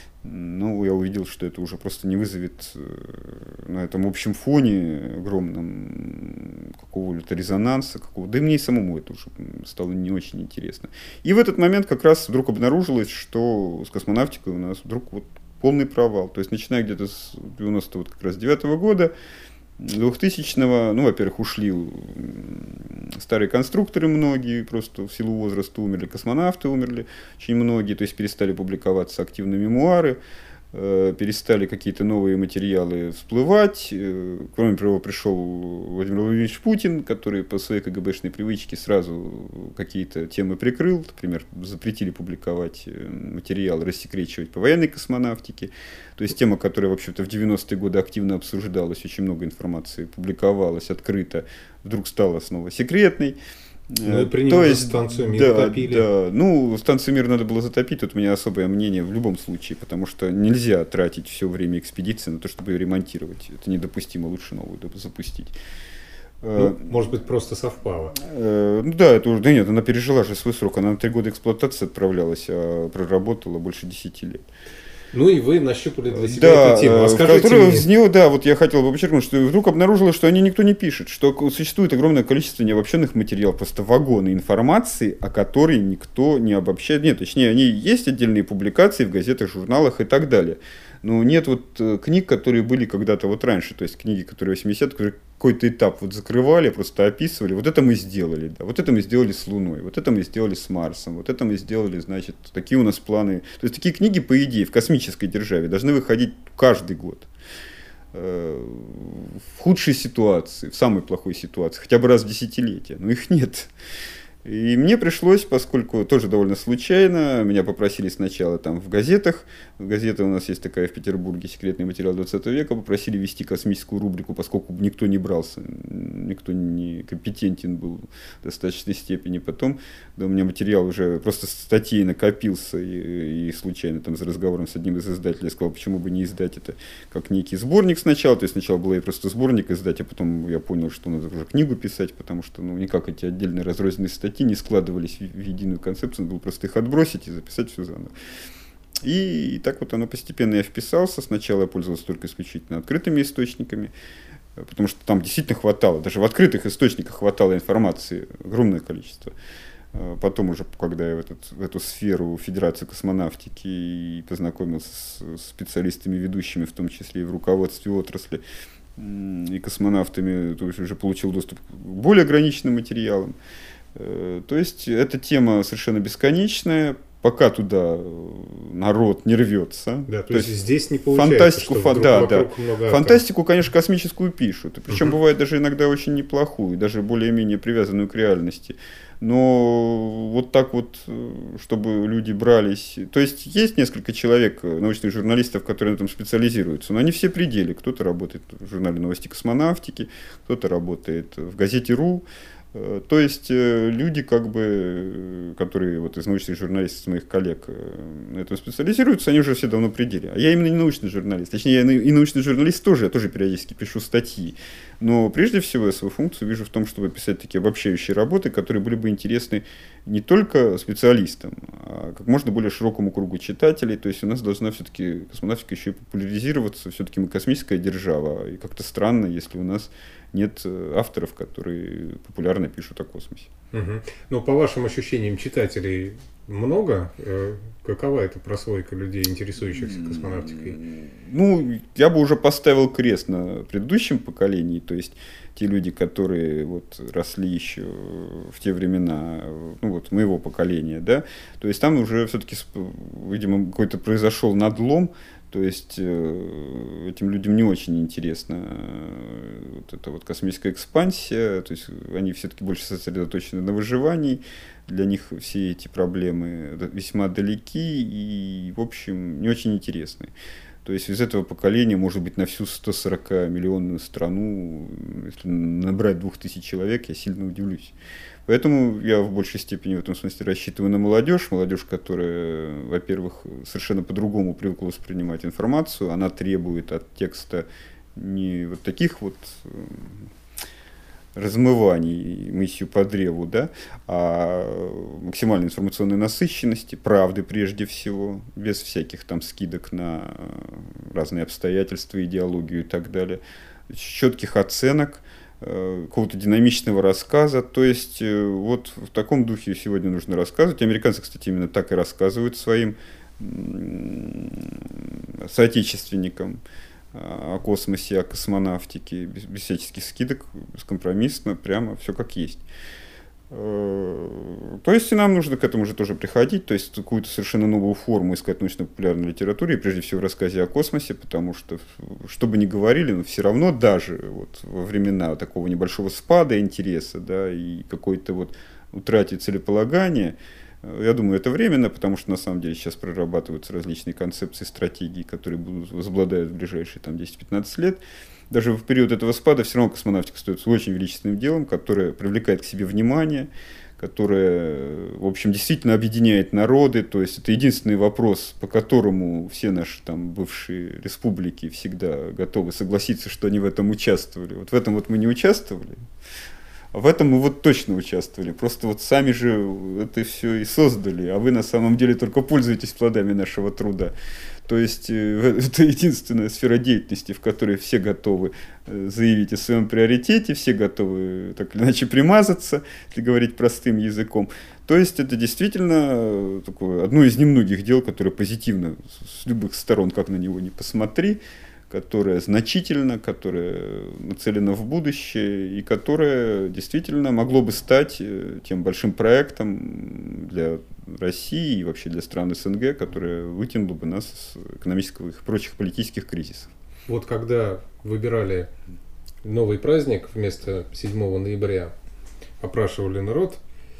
Я увидел, что это уже просто не вызовет на этом общем фоне огромном какого-то резонанса, да и мне и самому это уже стало не очень интересно. И в этот момент как раз вдруг обнаружилось, что с космонавтикой у нас вдруг вот полный провал. То есть, начиная где-то с 99-го года, 2000-го, во-первых, ушли старые конструкторы многие, просто в силу возраста умерли, космонавты умерли очень многие, то есть перестали публиковаться активно мемуары, перестали какие-то новые материалы всплывать. Кроме того, пришел Владимир Владимирович Путин, который по своей КГБшной привычке сразу какие-то темы прикрыл. Например, запретили публиковать материалы, рассекречивать по военной космонавтике. То есть тема, которая, в общем-то, в 90-е годы активно обсуждалась, очень много информации публиковалась открыто, вдруг стала снова секретной. При нем станцию «Мир» топили. Да. Станцию «Мир» надо было затопить, тут у меня особое мнение в любом случае, потому что нельзя тратить все время экспедиции на то, чтобы ее ремонтировать. Это недопустимо, лучше новую запустить. Может быть, просто совпало. Нет, она пережила же свой срок, она на 3 года эксплуатации отправлялась, а проработала больше 10 лет. И вы нащупали для себя эту тему. Из него, вот я хотел бы подчеркнуть, что вдруг обнаружилось, что никто не пишет, что существует огромное количество необобщенных материалов, просто вагоны информации, о которой никто не обобщает. Нет, точнее, они есть отдельные публикации в газетах, журналах и так далее. но нет вот книг, которые были когда-то вот раньше, то есть книги, которые 80-х, которые какой-то этап вот закрывали, просто описывали, вот это мы сделали, да, вот это мы сделали с Луной, вот это мы сделали с Марсом, вот это мы сделали, значит, такие у нас планы. То есть такие книги, по идее, в космической державе должны выходить каждый год. В худшей ситуации, в самой плохой ситуации, хотя бы раз в десятилетие, но их нет. И мне пришлось, поскольку тоже довольно случайно, меня попросили сначала там в газетах, газета у нас есть такая в Петербурге, «Секретный материал 20 века», попросили вести космическую рубрику, поскольку никто не брался, никто не компетентен был в достаточной степени. Потом, когда у меня материал уже просто статей накопился, и случайно там за разговором с одним из издателей я сказал, почему бы не издать это как некий сборник сначала, то есть сначала было и просто сборник издать, а потом я понял, что надо уже книгу писать, потому что никак эти отдельные разрозненные статьи не складывались в единую концепцию, надо было просто их отбросить и записать все заново. И так вот оно постепенно я вписался. Сначала я пользовался только исключительно открытыми источниками, потому что там действительно хватало, даже в открытых источниках хватало информации, огромное количество. Потом уже, когда я в эту сферу Федерации космонавтики и познакомился с специалистами, ведущими, в том числе и в руководстве отрасли, и космонавтами, то есть уже получил доступ к более ограниченным материалам. То есть эта тема совершенно бесконечная, пока туда народ не рвется. Да, то есть здесь не получается, фантастику, конечно, космическую пишут, причем бывает даже иногда очень неплохую, даже более-менее привязанную к реальности. Но вот так вот, чтобы люди брались... То есть есть несколько человек, научных журналистов, которые на этом специализируются, но они все при деле. Кто-то работает в журнале «Новости космонавтики», кто-то работает в газете «РУ». То есть люди, которые вот из научных журналистов, моих коллег, на этом специализируются, они уже все давно при деле. А я именно не научный журналист. Точнее, я и научный журналист тоже, я тоже периодически пишу статьи. Но прежде всего я свою функцию вижу в том, чтобы писать такие обобщающие работы, которые были бы интересны не только специалистам, а как можно более широкому кругу читателей. То есть у нас должна все-таки космонавтика еще и популяризироваться. Все-таки мы космическая держава. И как-то странно, если у нас нет авторов, которые популярно пишут о космосе. Угу. Ну, по вашим ощущениям, читателей много? Какова эта прослойка людей, интересующихся космонавтикой? Ну, я бы уже поставил крест на предыдущем поколении, то есть те люди, которые вот росли еще в те времена, моего поколения, да, то есть там уже все-таки, видимо, какой-то произошел надлом. То есть этим людям не очень интересна вот эта вот космическая экспансия, то есть они все-таки больше сосредоточены на выживании, для них все эти проблемы весьма далеки и, в общем, не очень интересны. То есть из этого поколения, может быть, на всю 140-миллионную страну, если набрать 2000 человек, я сильно удивлюсь. Поэтому я в большей степени в этом смысле рассчитываю на молодежь, которая, во-первых, совершенно по-другому привыкла воспринимать информацию, она требует от текста не вот таких вот размываний мысью по древу, да, а максимальной информационной насыщенности, правды прежде всего, без всяких там скидок на разные обстоятельства, идеологию и так далее, четких оценок, какого-то динамичного рассказа. То есть вот в таком духе сегодня нужно рассказывать. Американцы, кстати, именно так и рассказывают своим соотечественникам о космосе, о космонавтике, без всяческих скидок, бескомпромиссно, прямо все как есть. То есть и нам нужно к этому же тоже приходить, то есть какую-то совершенно новую форму искать в научно-популярной литературе, и прежде всего в рассказе о космосе, потому что бы ни говорили, но все равно даже вот во времена такого небольшого спада интереса, да, и какой-то вот утрате целеполагания, я думаю, это временно, потому что на самом деле сейчас прорабатываются различные концепции, стратегии, которые возобладают в ближайшие там, 10-15 лет. Даже в период этого спада все равно космонавтика остается очень величественным делом, которое привлекает к себе внимание, которое, в общем, действительно объединяет народы. То есть это единственный вопрос, по которому все наши там бывшие республики всегда готовы согласиться, что они в этом участвовали. Вот в этом вот мы не участвовали, а в этом мы вот точно участвовали. Просто вот сами же это все и создали, а вы на самом деле только пользуетесь плодами нашего труда. То есть это единственная сфера деятельности, в которой все готовы заявить о своем приоритете, все готовы так или иначе примазаться, если говорить простым языком. То есть это действительно такое, одно из немногих дел, которое позитивно с любых сторон, как на него ни посмотри, которое значительно, которое нацелено в будущее и которое действительно могло бы стать тем большим проектом для России и вообще для стран СНГ, которое вытянуло бы нас из экономического и прочих политических кризисов. Вот когда выбирали новый праздник вместо 7 ноября, опрашивали народ,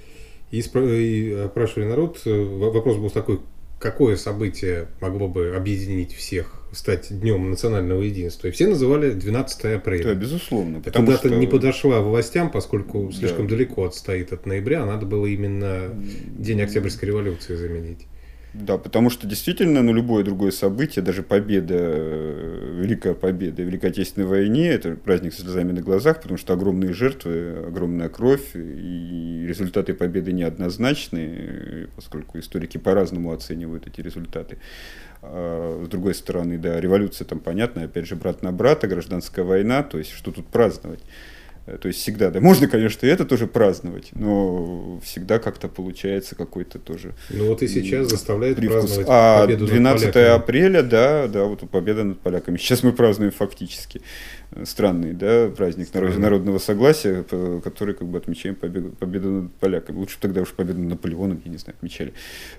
вопрос был такой: какое событие могло бы объединить всех, стать днем национального единства? И все называли 12 апреля. Да, безусловно. Эта дата не подошла властям, поскольку слишком далеко отстоит от ноября, надо было именно День Октябрьской революции заменить. Да, потому что действительно, любое другое событие, даже победа, Великая Победа в Великой Отечественной войне, это праздник со слезами на глазах, потому что огромные жертвы, огромная кровь, и результаты победы неоднозначны, поскольку историки по-разному оценивают эти результаты. А с другой стороны, да, революция там понятно, опять же, брат на брата, гражданская война, то есть что тут праздновать? То есть всегда, да, можно, конечно, и это тоже праздновать, но всегда как-то получается какой-то тоже вот и сейчас заставляет привкус. праздновать победу 12 над поляками. Апреля, да, вот победа над поляками. Сейчас мы празднуем фактически странный, да, праздник народного согласия, который как бы отмечаем победу над поляками. Лучше тогда уж победу над Наполеоном, я не знаю, отмечали.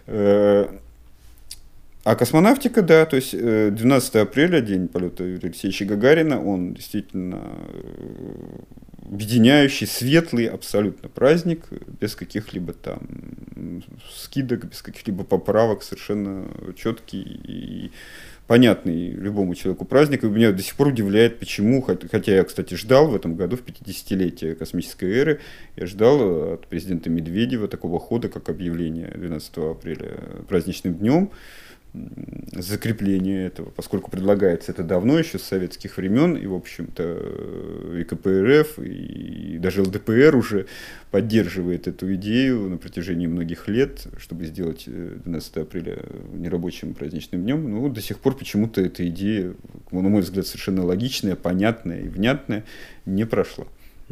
А космонавтика, да, то есть 12 апреля, день полета Юрия Алексеевича Гагарина, он действительно объединяющий, светлый абсолютно праздник, без каких-либо там скидок, без каких-либо поправок, совершенно четкий и понятный любому человеку праздник. И меня до сих пор удивляет, почему, хотя я, кстати, ждал в этом году, в 50-летие космической эры, я ждал от президента Медведева такого хода, как объявление 12 апреля праздничным днем, закрепление этого, поскольку предлагается это давно, еще с советских времен, и, в общем-то, и КПРФ, и даже ЛДПР уже поддерживает эту идею на протяжении многих лет, чтобы сделать 12 апреля нерабочим праздничным днем. Но до сих пор почему-то эта идея, на мой взгляд, совершенно логичная, понятная и внятная, не прошла.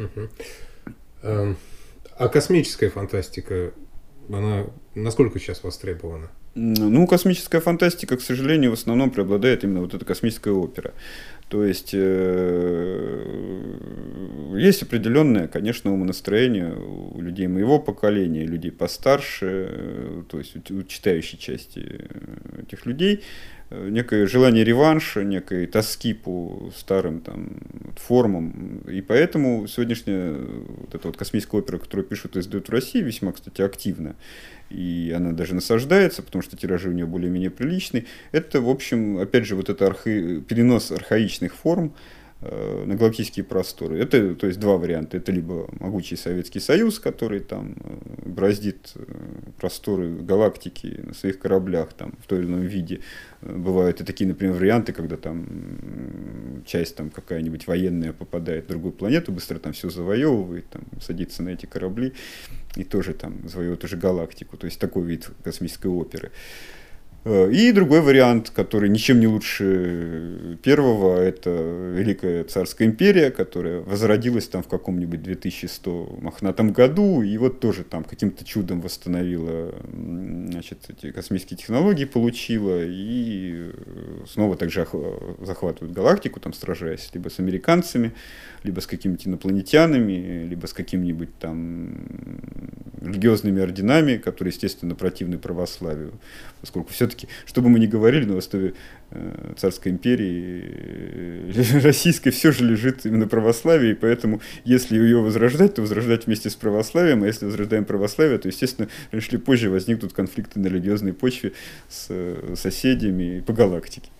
А космическая фантастика, она насколько сейчас востребована? Космическая фантастика, к сожалению, в основном преобладает именно вот эта космическая опера. То есть есть определенное, конечно, умонастроение у людей моего поколения, людей постарше, то есть у читающей части этих людей, некое желание реванша, некой тоски по старым там формам. И поэтому сегодняшняя вот эта вот космическая опера, которую пишут и издают в России, весьма, кстати, активна. И она даже насаждается, потому что тиражи у нее более-менее приличные. Это, в общем, опять же, вот это перенос архаичных форм на галактические просторы. Это, то есть, два варианта. Это либо могучий Советский Союз, который там бороздит просторы галактики на своих кораблях там, в той или ином виде. Бывают и такие, например, варианты, когда там часть там какая-нибудь военная попадает на другую планету, быстро там все завоевывает, там, садится на эти корабли и тоже там завоевывает уже галактику. То есть такой вид космической оперы. И другой вариант, который ничем не лучше первого, это Великая Царская империя, которая возродилась там в каком-нибудь 2100 мохнатом году, и вот тоже там каким-то чудом восстановила, значит, эти космические технологии, получила, и снова также захватывают галактику, там сражаясь либо с американцами, либо с какими-то инопланетянами, либо с какими-нибудь там религиозными орденами, которые, естественно, противны православию, поскольку все-таки, что бы мы ни говорили, на основе Царской империи российской все же лежит именно православие, и поэтому, если ее возрождать, то возрождать вместе с православием, а если возрождаем православие, то, естественно, раньше или позже возникнут конфликты на религиозной почве с соседями по галактике.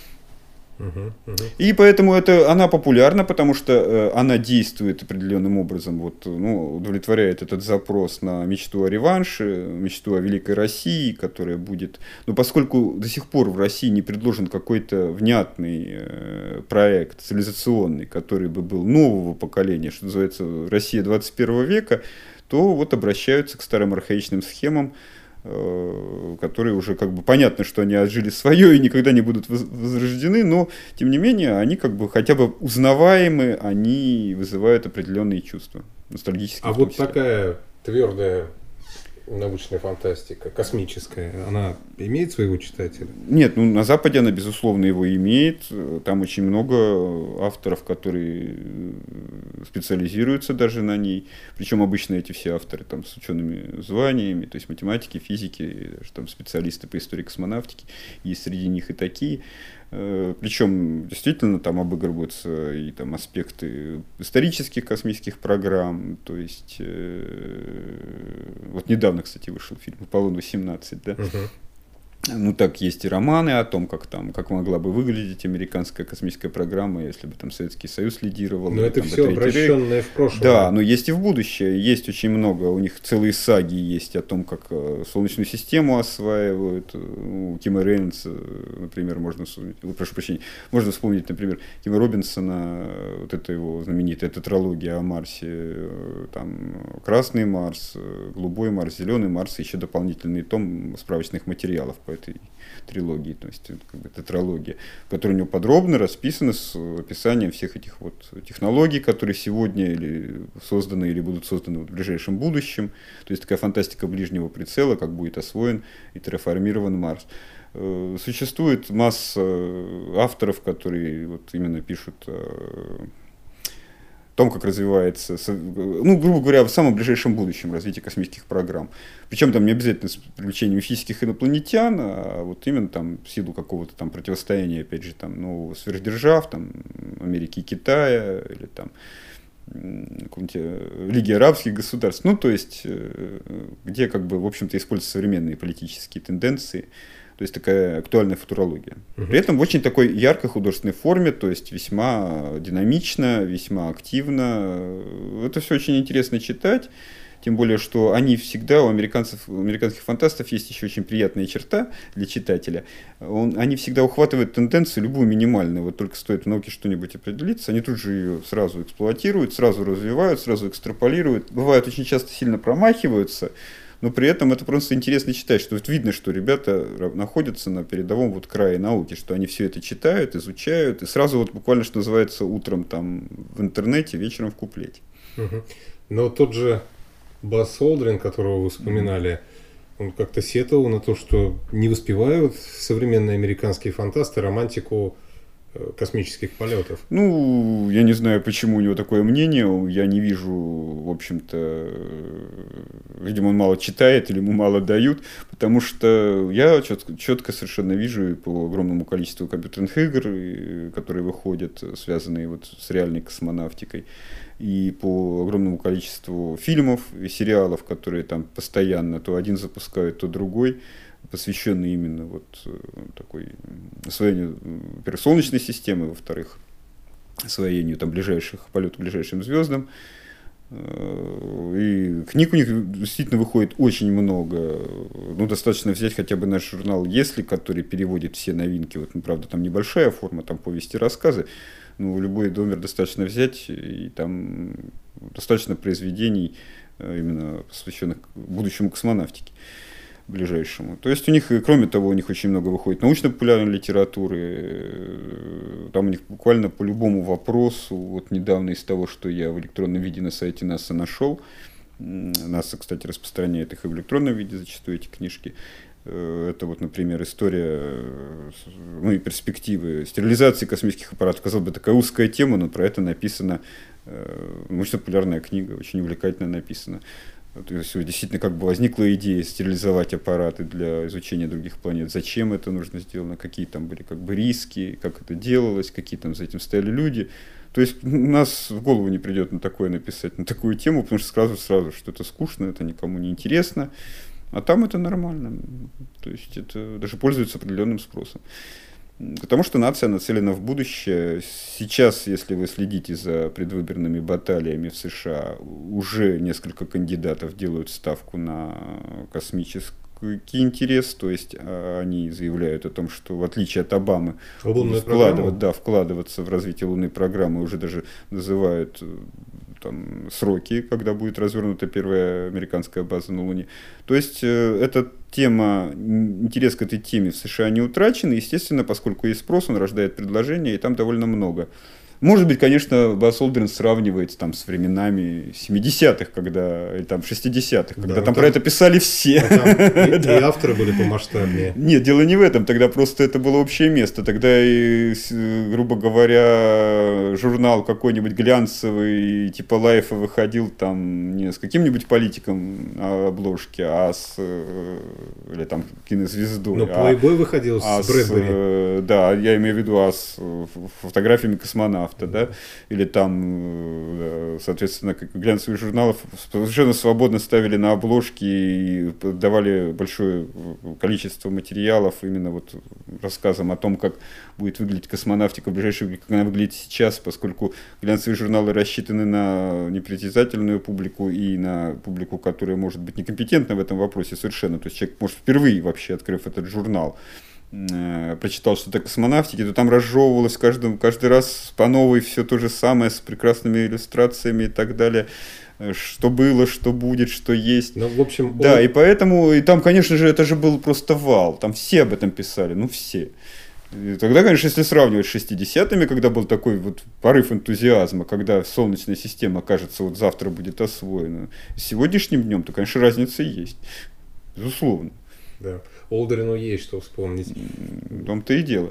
И поэтому она популярна, потому что она действует определенным образом, удовлетворяет этот запрос на мечту о реванше, мечту о великой России, которая будет... Но поскольку до сих пор в России не предложен какой-то внятный проект цивилизационный, который бы был нового поколения, что называется Россия 21 века, то вот обращаются к старым архаичным схемам, которые уже как бы понятно, что они отжили свое и никогда не будут возрождены, но тем не менее они как бы хотя бы узнаваемы, они вызывают определенные чувства, ностальгические. А вот такая твердая научная фантастика, космическая, она имеет своего читателя? Нет, на Западе она, безусловно, его имеет. Там очень много авторов, которые специализируются даже на ней. Причем обычно эти все авторы там, с учеными званиями, то есть математики, физики, даже там специалисты по истории космонавтики. Есть среди них и такие. Причем действительно там обыгрываются и там аспекты исторических космических программ. То есть вот недавно, кстати, вышел фильм «Аполлон-18», да? Ну, так, есть и романы о том, как могла бы выглядеть американская космическая программа, если бы там Советский Союз лидировал. Но это там, все обращенное в прошлое. Да, но есть и в будущее. Есть очень много. У них целые саги есть о том, как Солнечную систему осваивают. У Кима Рейнольдса, например, можно вспомнить, например, Кима Робинсона, вот это его знаменитая тетралогия о Марсе. Там Красный Марс, Голубой Марс, Зеленый Марс, и еще дополнительный том справочных материалов по этой трилогии, то есть как бы тетралогия, в которой у него подробно расписано с описанием всех этих вот технологий, которые сегодня или созданы, или будут созданы в ближайшем будущем. То есть такая фантастика ближнего прицела, как будет освоен и терраформирован Марс. Существует масса авторов, которые вот именно пишут о том, как развивается, ну, грубо говоря, в самом ближайшем будущем развитие космических программ. Причем там не обязательно с привлечением физических инопланетян, а вот именно там в силу какого-то там противостояния, опять же, там нового сверхдержав, там Америки и Китая, или там какой-нибудь Лиги арабских государств, ну, то есть, где, как бы, в общем-то, используются современные политические тенденции. То есть такая актуальная футурология. При этом в очень такой яркой художественной форме, то есть весьма динамично, весьма активно. Это все очень интересно читать. Тем более, что они всегда, у американских фантастов есть еще очень приятная черта для читателя. Они всегда ухватывают тенденцию, любую минимальную. Вот только стоит в науке что-нибудь определиться, они тут же ее сразу эксплуатируют, сразу развивают, сразу экстраполируют. Бывает, очень часто сильно промахиваются. Но при этом это просто интересно читать, что вот видно, что ребята находятся на передовом вот крае науки, что они все это читают, изучают, и сразу вот буквально, что называется, утром там в интернете, вечером в куплете. Но тот же Басс Олдрин, которого вы вспоминали, он как-то сетовал на то, что не воспевают современные американские фантасты романтику космических полетов. Ну, я не знаю, почему у него такое мнение. Я не вижу, в общем-то, видимо, он мало читает или ему мало дают, потому что я четко совершенно вижу по огромному количеству компьютерных игр, которые выходят, связанные вот с реальной космонавтикой, и по огромному количеству фильмов и сериалов, которые там постоянно то один запускают, то другой, посвященный именно вот такой освоению, во-первых, Солнечной системы, во-вторых, освоению там полету к ближайшим звездам. И книг у них действительно выходит очень много. Ну, достаточно взять хотя бы наш журнал «Если», который переводит все новинки. Вот, ну, правда, там небольшая форма, там повести, рассказы. Но любой номер достаточно взять, и там достаточно произведений, именно посвященных будущему космонавтике ближайшему. То есть у них, кроме того, у них очень много выходит научно-популярной литературы. Там у них буквально по любому вопросу, вот недавно из того, что я в электронном виде на сайте НАСА нашел, НАСА, кстати, распространяет их и в электронном виде, зачастую эти книжки. Это вот, например, история, ну и перспективы стерилизации космических аппаратов. Казалось бы, такая узкая тема, но про это написана научно-популярная книга, очень увлекательно написана. То есть действительно как бы возникла идея стерилизовать аппараты для изучения других планет. Зачем это нужно сделано, какие там были как бы риски, как это делалось, какие там за этим стояли люди. То есть у нас в голову не придет на такое написать, на такую тему, потому что сразу, что это скучно, это никому не интересно. А там это нормально. То есть это даже пользуется определенным спросом. Потому что нация нацелена в будущее. Сейчас, если вы следите за предвыборными баталиями в США, уже несколько кандидатов делают ставку на космический интерес. То есть они заявляют о том, что в отличие от Обамы вкладываться в развитие лунной программы, уже даже называют там сроки, когда будет развернута первая американская база на Луне. То есть это интерес к этой теме в США не утрачен. И, естественно, поскольку есть спрос, он рождает предложения, и там довольно много. Может быть, конечно, Бас Олдрин сравнивается там с временами 70-х, или там 60-х, когда там про это писали все. И авторы были помасштабнее. Нет, дело не в этом, тогда просто это было общее место. Тогда, грубо говоря, журнал какой-нибудь глянцевый, типа Лайфа, выходил там не с каким-нибудь политиком на обложке, или там кинозвездой. Но Playboy выходил с Брэдбери. Да, я имею в виду с фотографиями космонавта. Да? Или там, соответственно, глянцевые журналы совершенно свободно ставили на обложки и давали большое количество материалов именно вот рассказом о том, как будет выглядеть космонавтика в ближайшее время, как она выглядит сейчас, поскольку глянцевые журналы рассчитаны на непритязательную публику и на публику, которая может быть некомпетентна в этом вопросе совершенно. То есть человек, может, впервые вообще, открыв этот журнал, прочитал что-то о космонавтике, то там разжевывалось каждый раз по новой все то же самое с прекрасными иллюстрациями и так далее. Что было, что будет, что есть. Ну, в общем, да, и поэтому, и там, конечно же, это же был просто вал. Там все об этом писали, все. И тогда, конечно, если сравнивать с 60-ми, когда был такой вот порыв энтузиазма, когда Солнечная система, кажется, вот завтра будет освоена, с сегодняшним днем, то, конечно, разница есть. Безусловно. Да. Олдрину есть что вспомнить. В том-то и дело.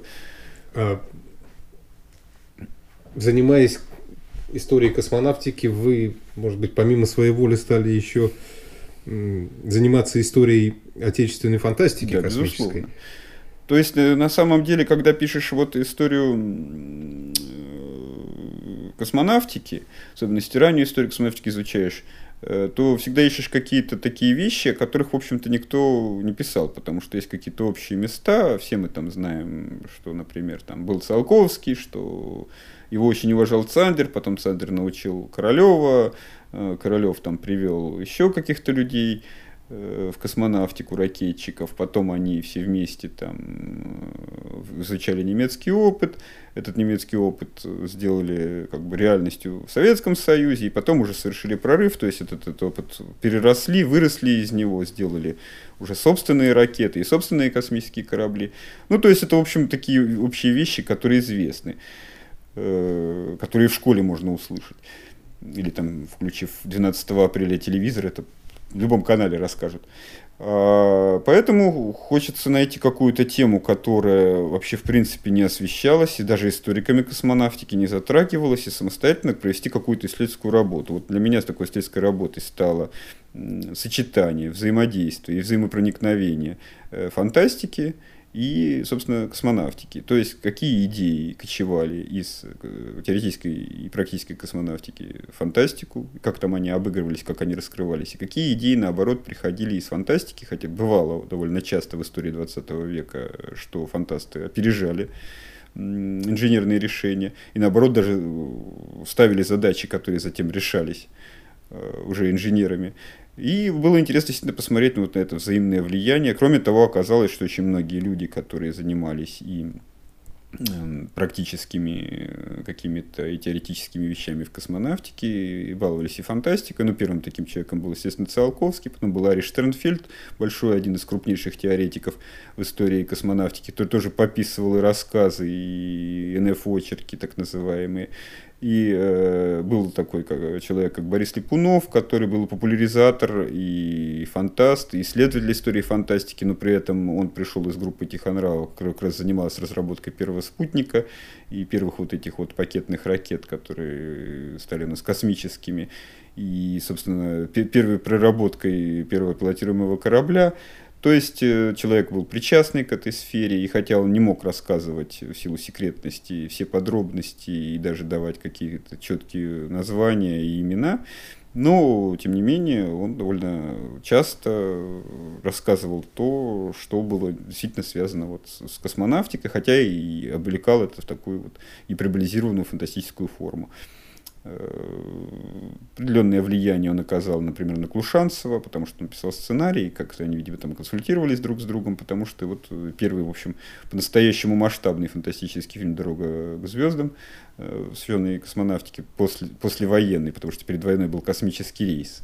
Занимаясь историей космонавтики, вы, может быть, помимо своей воли стали еще заниматься историей отечественной фантастики, да, космической. Безусловно. То есть, на самом деле, когда пишешь вот историю космонавтики, особенно раннюю историю космонавтики изучаешь, то всегда ищешь какие-то такие вещи, о которых, в общем-то, никто не писал, потому что есть какие-то общие места, все мы там знаем, что, например, там был Циолковский, что его очень уважал Цандер, потом Цандер научил Королева, Королев там привел еще каких-то людей в космонавтику, ракетчиков, потом они все вместе там изучали немецкий опыт, этот немецкий опыт сделали как бы реальностью в Советском Союзе, и потом уже совершили прорыв, то есть этот опыт переросли, выросли из него, сделали уже собственные ракеты и собственные космические корабли. Ну, то есть это, в общем, такие общие вещи, которые известны, которые в школе можно услышать. Или там, включив 12 апреля телевизор, это в любом канале расскажут. Поэтому хочется найти какую-то тему, которая вообще в принципе не освещалась, и даже историками космонавтики не затрагивалась, и самостоятельно провести какую-то исследовательскую работу. Вот для меня с такой исследовательской работой стало сочетание, взаимодействие и взаимопроникновение фантастики и, собственно, космонавтики. То есть, какие идеи кочевали из теоретической и практической космонавтики в фантастику, как там они обыгрывались, как они раскрывались, и какие идеи, наоборот, приходили из фантастики, хотя бывало довольно часто в истории 20 века, что фантасты опережали инженерные решения, и, наоборот, даже ставили задачи, которые затем решались уже инженерами. И было интересно действительно посмотреть вот на это взаимное влияние. Кроме того, оказалось, что очень многие люди, которые занимались и практическими какими-то и теоретическими вещами в космонавтике, и баловались и фантастикой. Ну, первым таким человеком был, естественно, Циолковский, потом был Ари Штернфельд, большой, один из крупнейших теоретиков в истории космонавтики, который тоже пописывал и рассказы, и НФ-очерки, так называемые. И был такой человек, как Борис Липунов, который был популяризатор и фантаст, и исследователь истории фантастики, но при этом он пришел из группы Тихонрава, которая как раз занималась разработкой первого спутника и первых вот этих вот пакетных ракет, которые стали у нас космическими, и, собственно, первой проработкой первого пилотируемого корабля. То есть человек был причастный к этой сфере, и хотя он не мог рассказывать в силу секретности все подробности и даже давать какие-то четкие названия и имена, но, тем не менее, он довольно часто рассказывал то, что было действительно связано вот с космонавтикой, хотя и облекал это в такую вот гиперболизированную фантастическую форму. Определенное влияние он оказал, например, на Клушанцева, потому что он писал сценарий, как-то они, видимо, там консультировались друг с другом, потому что вот первый, в общем, по-настоящему масштабный фантастический фильм «Дорога к звездам», связанный космонавтики послевоенный, потому что перед войной был «Космический рейс».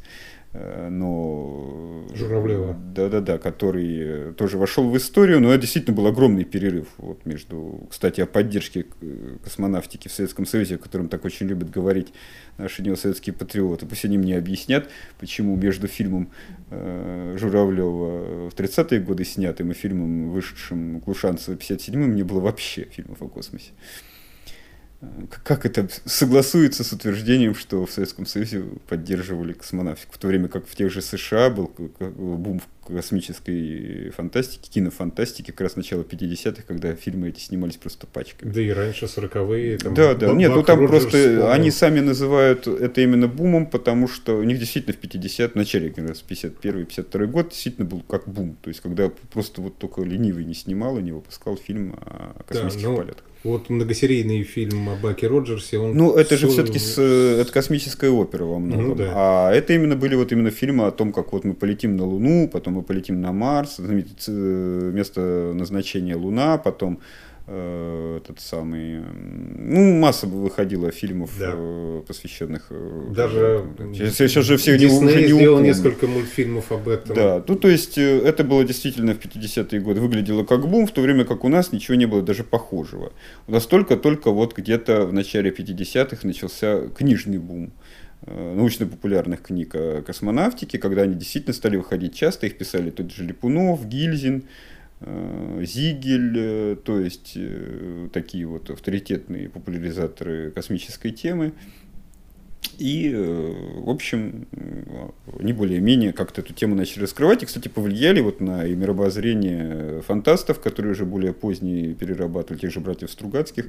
но Журавлева. Да, который тоже вошел в историю, но это действительно был огромный перерыв вот между, кстати, о поддержке космонавтики в Советском Союзе, о котором так очень любят говорить наши неосоветские патриоты. Пусть они мне объяснят, почему между фильмом Журавлева в 30-е годы снятым и фильмом, вышедшим Глушанцева в 57-м, не было вообще фильмов о космосе. Как это согласуется с утверждением, что в Советском Союзе поддерживали космонавтику, в то время как в тех же США был бум в космической фантастике, кинофантастике, как раз начало 50-х, когда фильмы эти снимались просто пачками. Да и раньше 40-е. Да, нет, ну там просто они сами называют это именно бумом, потому что у них действительно в 50-х, в начале, как раз 51-52 год, действительно был как бум, то есть когда просто вот только ленивый не снимал и не выпускал фильм о космических полетах. Вот многосерийный фильм о Баке Роджерсе, он... Ну, это же все-таки это космическая опера во многом. Ну, да. А это именно были вот именно фильмы о том, как вот мы полетим на Луну, потом мы полетим на Марс, место назначения Луна, потом этот самый... Ну, масса выходила фильмов, да, посвященных... Даже сейчас же все Дисней сделал несколько мультфильмов об этом. Да, ну то есть это было действительно в 50-е годы, выглядело как бум, в то время как у нас ничего не было даже похожего. У нас только вот где-то в начале 50-х начался книжный бум научно-популярных книг о космонавтике, когда они действительно стали выходить часто, их писали тот же Липунов, Гильзин, Зигель, то есть такие вот авторитетные популяризаторы космической темы. И, в общем, они более-менее как-то эту тему начали раскрывать. И, кстати, повлияли вот на и мировоззрение фантастов, которые уже более поздние перерабатывали, тех же братьев Стругацких.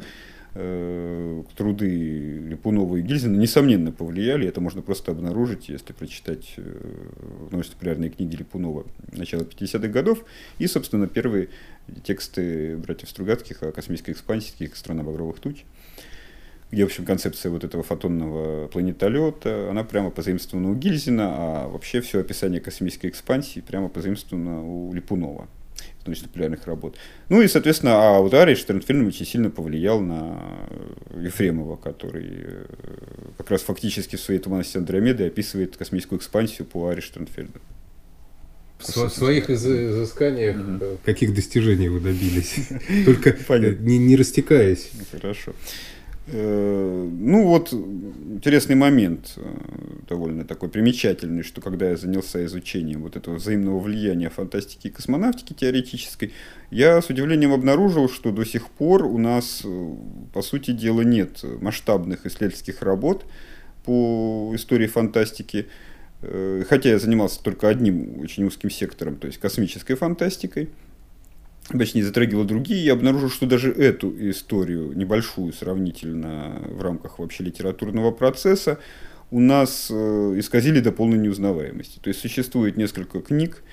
Труды Липунова и Гильзина, несомненно, повлияли. Это можно просто обнаружить, если прочитать научно-популярные книги Липунова начала 50-х годов и, собственно, первые тексты братьев Стругацких о космической экспансии, «Страна багровых туч», где, в общем, концепция вот этого фотонного планетолета, она прямо позаимствована у Гильзина, а вообще все описание космической экспансии прямо позаимствовано у Липунова, научно-популярных работ. Ну и, соответственно, а вот Арий Штернфельд очень сильно повлиял на Ефремова, который как раз фактически в своей «Туманности Андромеды» описывает космическую экспансию по Арию Штернфельду. В своих изысканиях каких достижений вы добились? Только не растекаясь. Хорошо. Ну вот, интересный момент, довольно такой примечательный, что когда я занялся изучением вот этого взаимного влияния фантастики и космонавтики теоретической, я с удивлением обнаружил, что до сих пор у нас, по сути дела, нет масштабных исследовательских работ по истории фантастики, хотя я занимался только одним очень узким сектором, то есть космической фантастикой. Почти не затрагивал другие, я обнаружил, что даже эту историю, небольшую сравнительно в рамках вообще литературного процесса, у нас исказили до полной неузнаваемости. То есть существует несколько книг,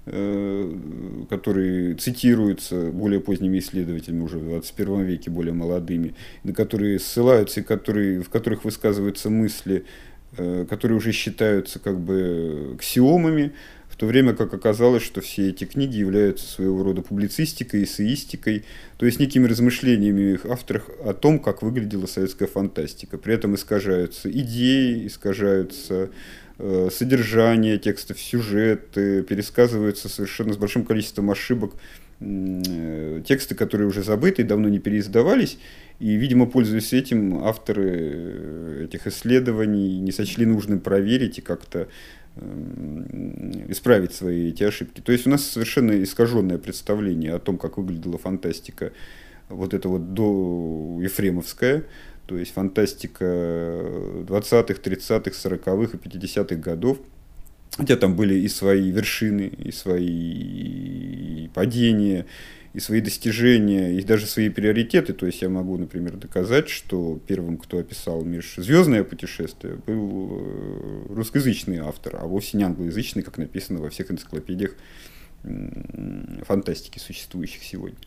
которые цитируются более поздними исследователями, уже в 21 веке, более молодыми, на которые ссылаются, и в которых высказываются мысли, которые уже считаются как бы аксиомами, в то время как оказалось, что все эти книги являются своего рода публицистикой, эссеистикой, то есть некими размышлениями их авторов о том, как выглядела советская фантастика. При этом искажаются идеи, искажаются содержание текстов, сюжеты, пересказываются совершенно с большим количеством ошибок тексты, которые уже забыты и давно не переиздавались. И, видимо, пользуясь этим, авторы этих исследований не сочли нужным проверить и как-то исправить свои эти ошибки. То есть у нас совершенно искаженное представление о том, как выглядела фантастика вот эта вот до ефремовская, то есть фантастика 20-х, 30-х, 40-х и 50-х годов. Хотя там были и свои вершины, и свои падения, и свои достижения, и даже свои приоритеты. То есть я могу, например, доказать, что первым, кто описал межзвездное путешествие, был русскоязычный автор, а вовсе не англоязычный, как написано во всех энциклопедиях фантастики, существующих сегодня.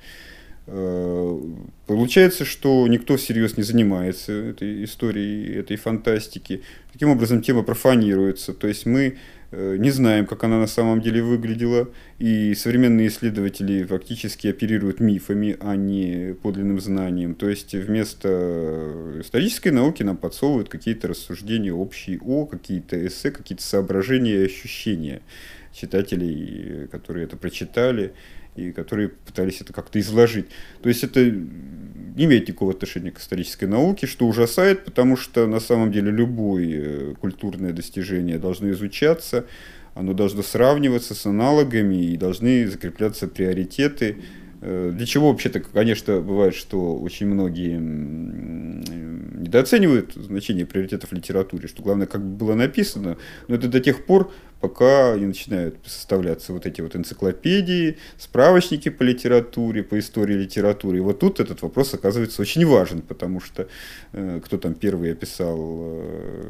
Получается, что никто всерьез не занимается этой историей, этой фантастики. Таким образом, тема профанируется. То есть мы не знаем, как она на самом деле выглядела, и современные исследователи фактически оперируют мифами, а не подлинным знанием. То есть вместо исторической науки нам подсовывают какие-то рассуждения общие какие-то эссе, какие-то соображения и ощущения читателей, которые это прочитали и которые пытались это как-то изложить. То есть это не имеет никакого отношения к исторической науке, что ужасает, потому что на самом деле любое культурное достижение должно изучаться, оно должно сравниваться с аналогами и должны закрепляться приоритеты. Для чего вообще-то, конечно, бывает, что очень многие недооценивают значение приоритетов в литературе, что главное, как бы было написано, но это до тех пор, пока не начинают составляться вот эти вот энциклопедии, справочники по литературе, по истории литературы. И вот тут этот вопрос оказывается очень важен, потому что кто там первый описал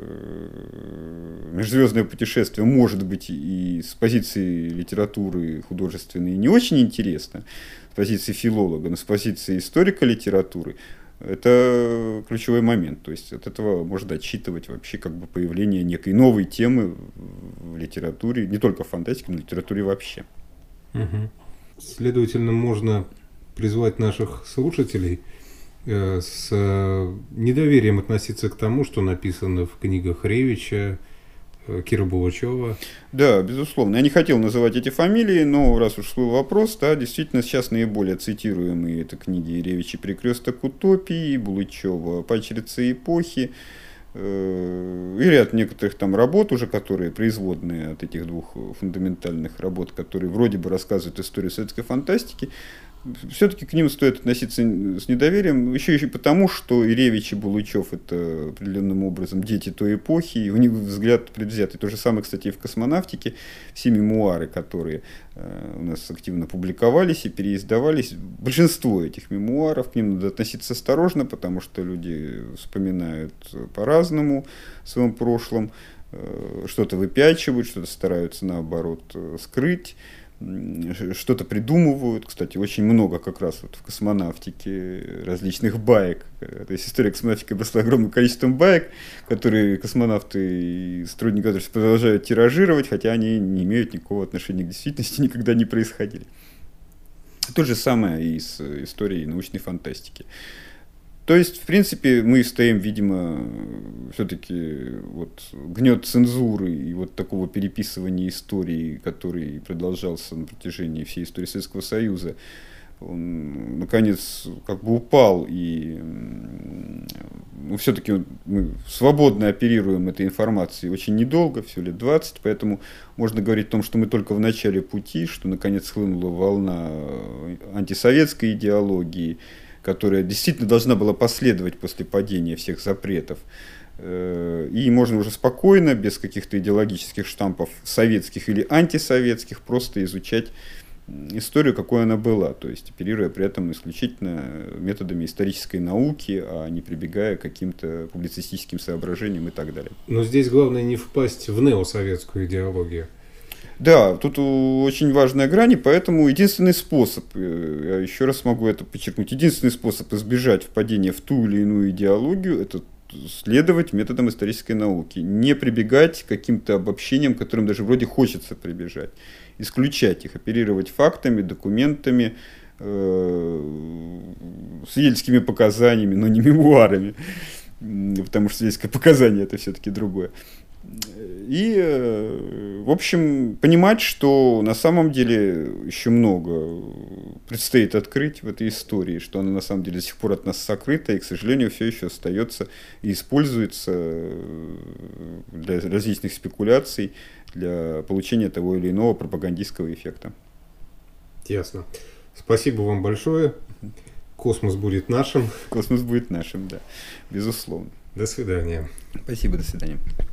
межзвездное путешествие, может быть, и с позиции литературы художественной не очень интересно, с позиции филолога, но с позиции историка литературы это ключевой момент. То есть от этого можно отсчитывать вообще как бы появление некой новой темы в литературе, не только в фантастике, но в литературе вообще. Угу. Следовательно, можно призвать наших слушателей с недоверием относиться к тому, что написано в книгах Ревича, Кира Булычева. Да, безусловно. Я не хотел называть эти фамилии, но раз уж всплыл вопрос, да, действительно сейчас наиболее цитируемые это книги Ревича «Перекресток утопии», Булычева «Падчерица эпохи», и ряд некоторых там работ уже, которые производные от этих двух фундаментальных работ, которые вроде бы рассказывают историю советской фантастики. Все-таки к ним стоит относиться с недоверием, еще и потому, что и Ревич, и Булычев — это определенным образом дети той эпохи, и у них взгляд предвзятый. То же самое, кстати, и в космонавтике. Все мемуары, которые у нас активно публиковались и переиздавались, большинство этих мемуаров, к ним надо относиться осторожно, потому что люди вспоминают по-разному в своем прошлом, что-то выпячивают, что-то стараются, наоборот, скрыть. Что-то придумывают. Кстати, очень много как раз вот в космонавтике различных баек. То есть история космонавтики обросла огромным количеством баек, которые космонавты и сотрудники продолжают тиражировать, хотя они не имеют никакого отношения к действительности, никогда не происходили. То же самое и с историей научной фантастики. То есть, в принципе, мы стоим, видимо, все-таки вот гнет цензуры и вот такого переписывания истории, который продолжался на протяжении всей истории Советского Союза, он, наконец, как бы упал, и все-таки мы свободно оперируем этой информацией очень недолго, всего лет 20, поэтому можно говорить о том, что мы только в начале пути, что, наконец, хлынула волна антисоветской идеологии, которая действительно должна была последовать после падения всех запретов. И можно уже спокойно, без каких-то идеологических штампов советских или антисоветских, просто изучать историю, какой она была, то есть оперируя при этом исключительно методами исторической науки, а не прибегая к каким-то публицистическим соображениям и так далее. Но здесь главное не впасть в неосоветскую идеологию. Да, тут очень важная грань, и поэтому единственный способ, я еще раз могу это подчеркнуть, единственный способ избежать впадения в ту или иную идеологию — это следовать методам исторической науки, не прибегать к каким-то обобщениям, к которым даже вроде хочется прибежать, исключать их, оперировать фактами, документами, свидетельскими показаниями, но не мемуарами, потому что свидетельское показание — это все-таки другое. И, в общем, понимать, что на самом деле еще много предстоит открыть в этой истории, что она на самом деле до сих пор от нас сокрыта и, к сожалению, все еще остается и используется для различных спекуляций, для получения того или иного пропагандистского эффекта. Ясно. Спасибо вам большое. Космос будет нашим. Космос будет нашим, да, безусловно. До свидания. Спасибо, до свидания.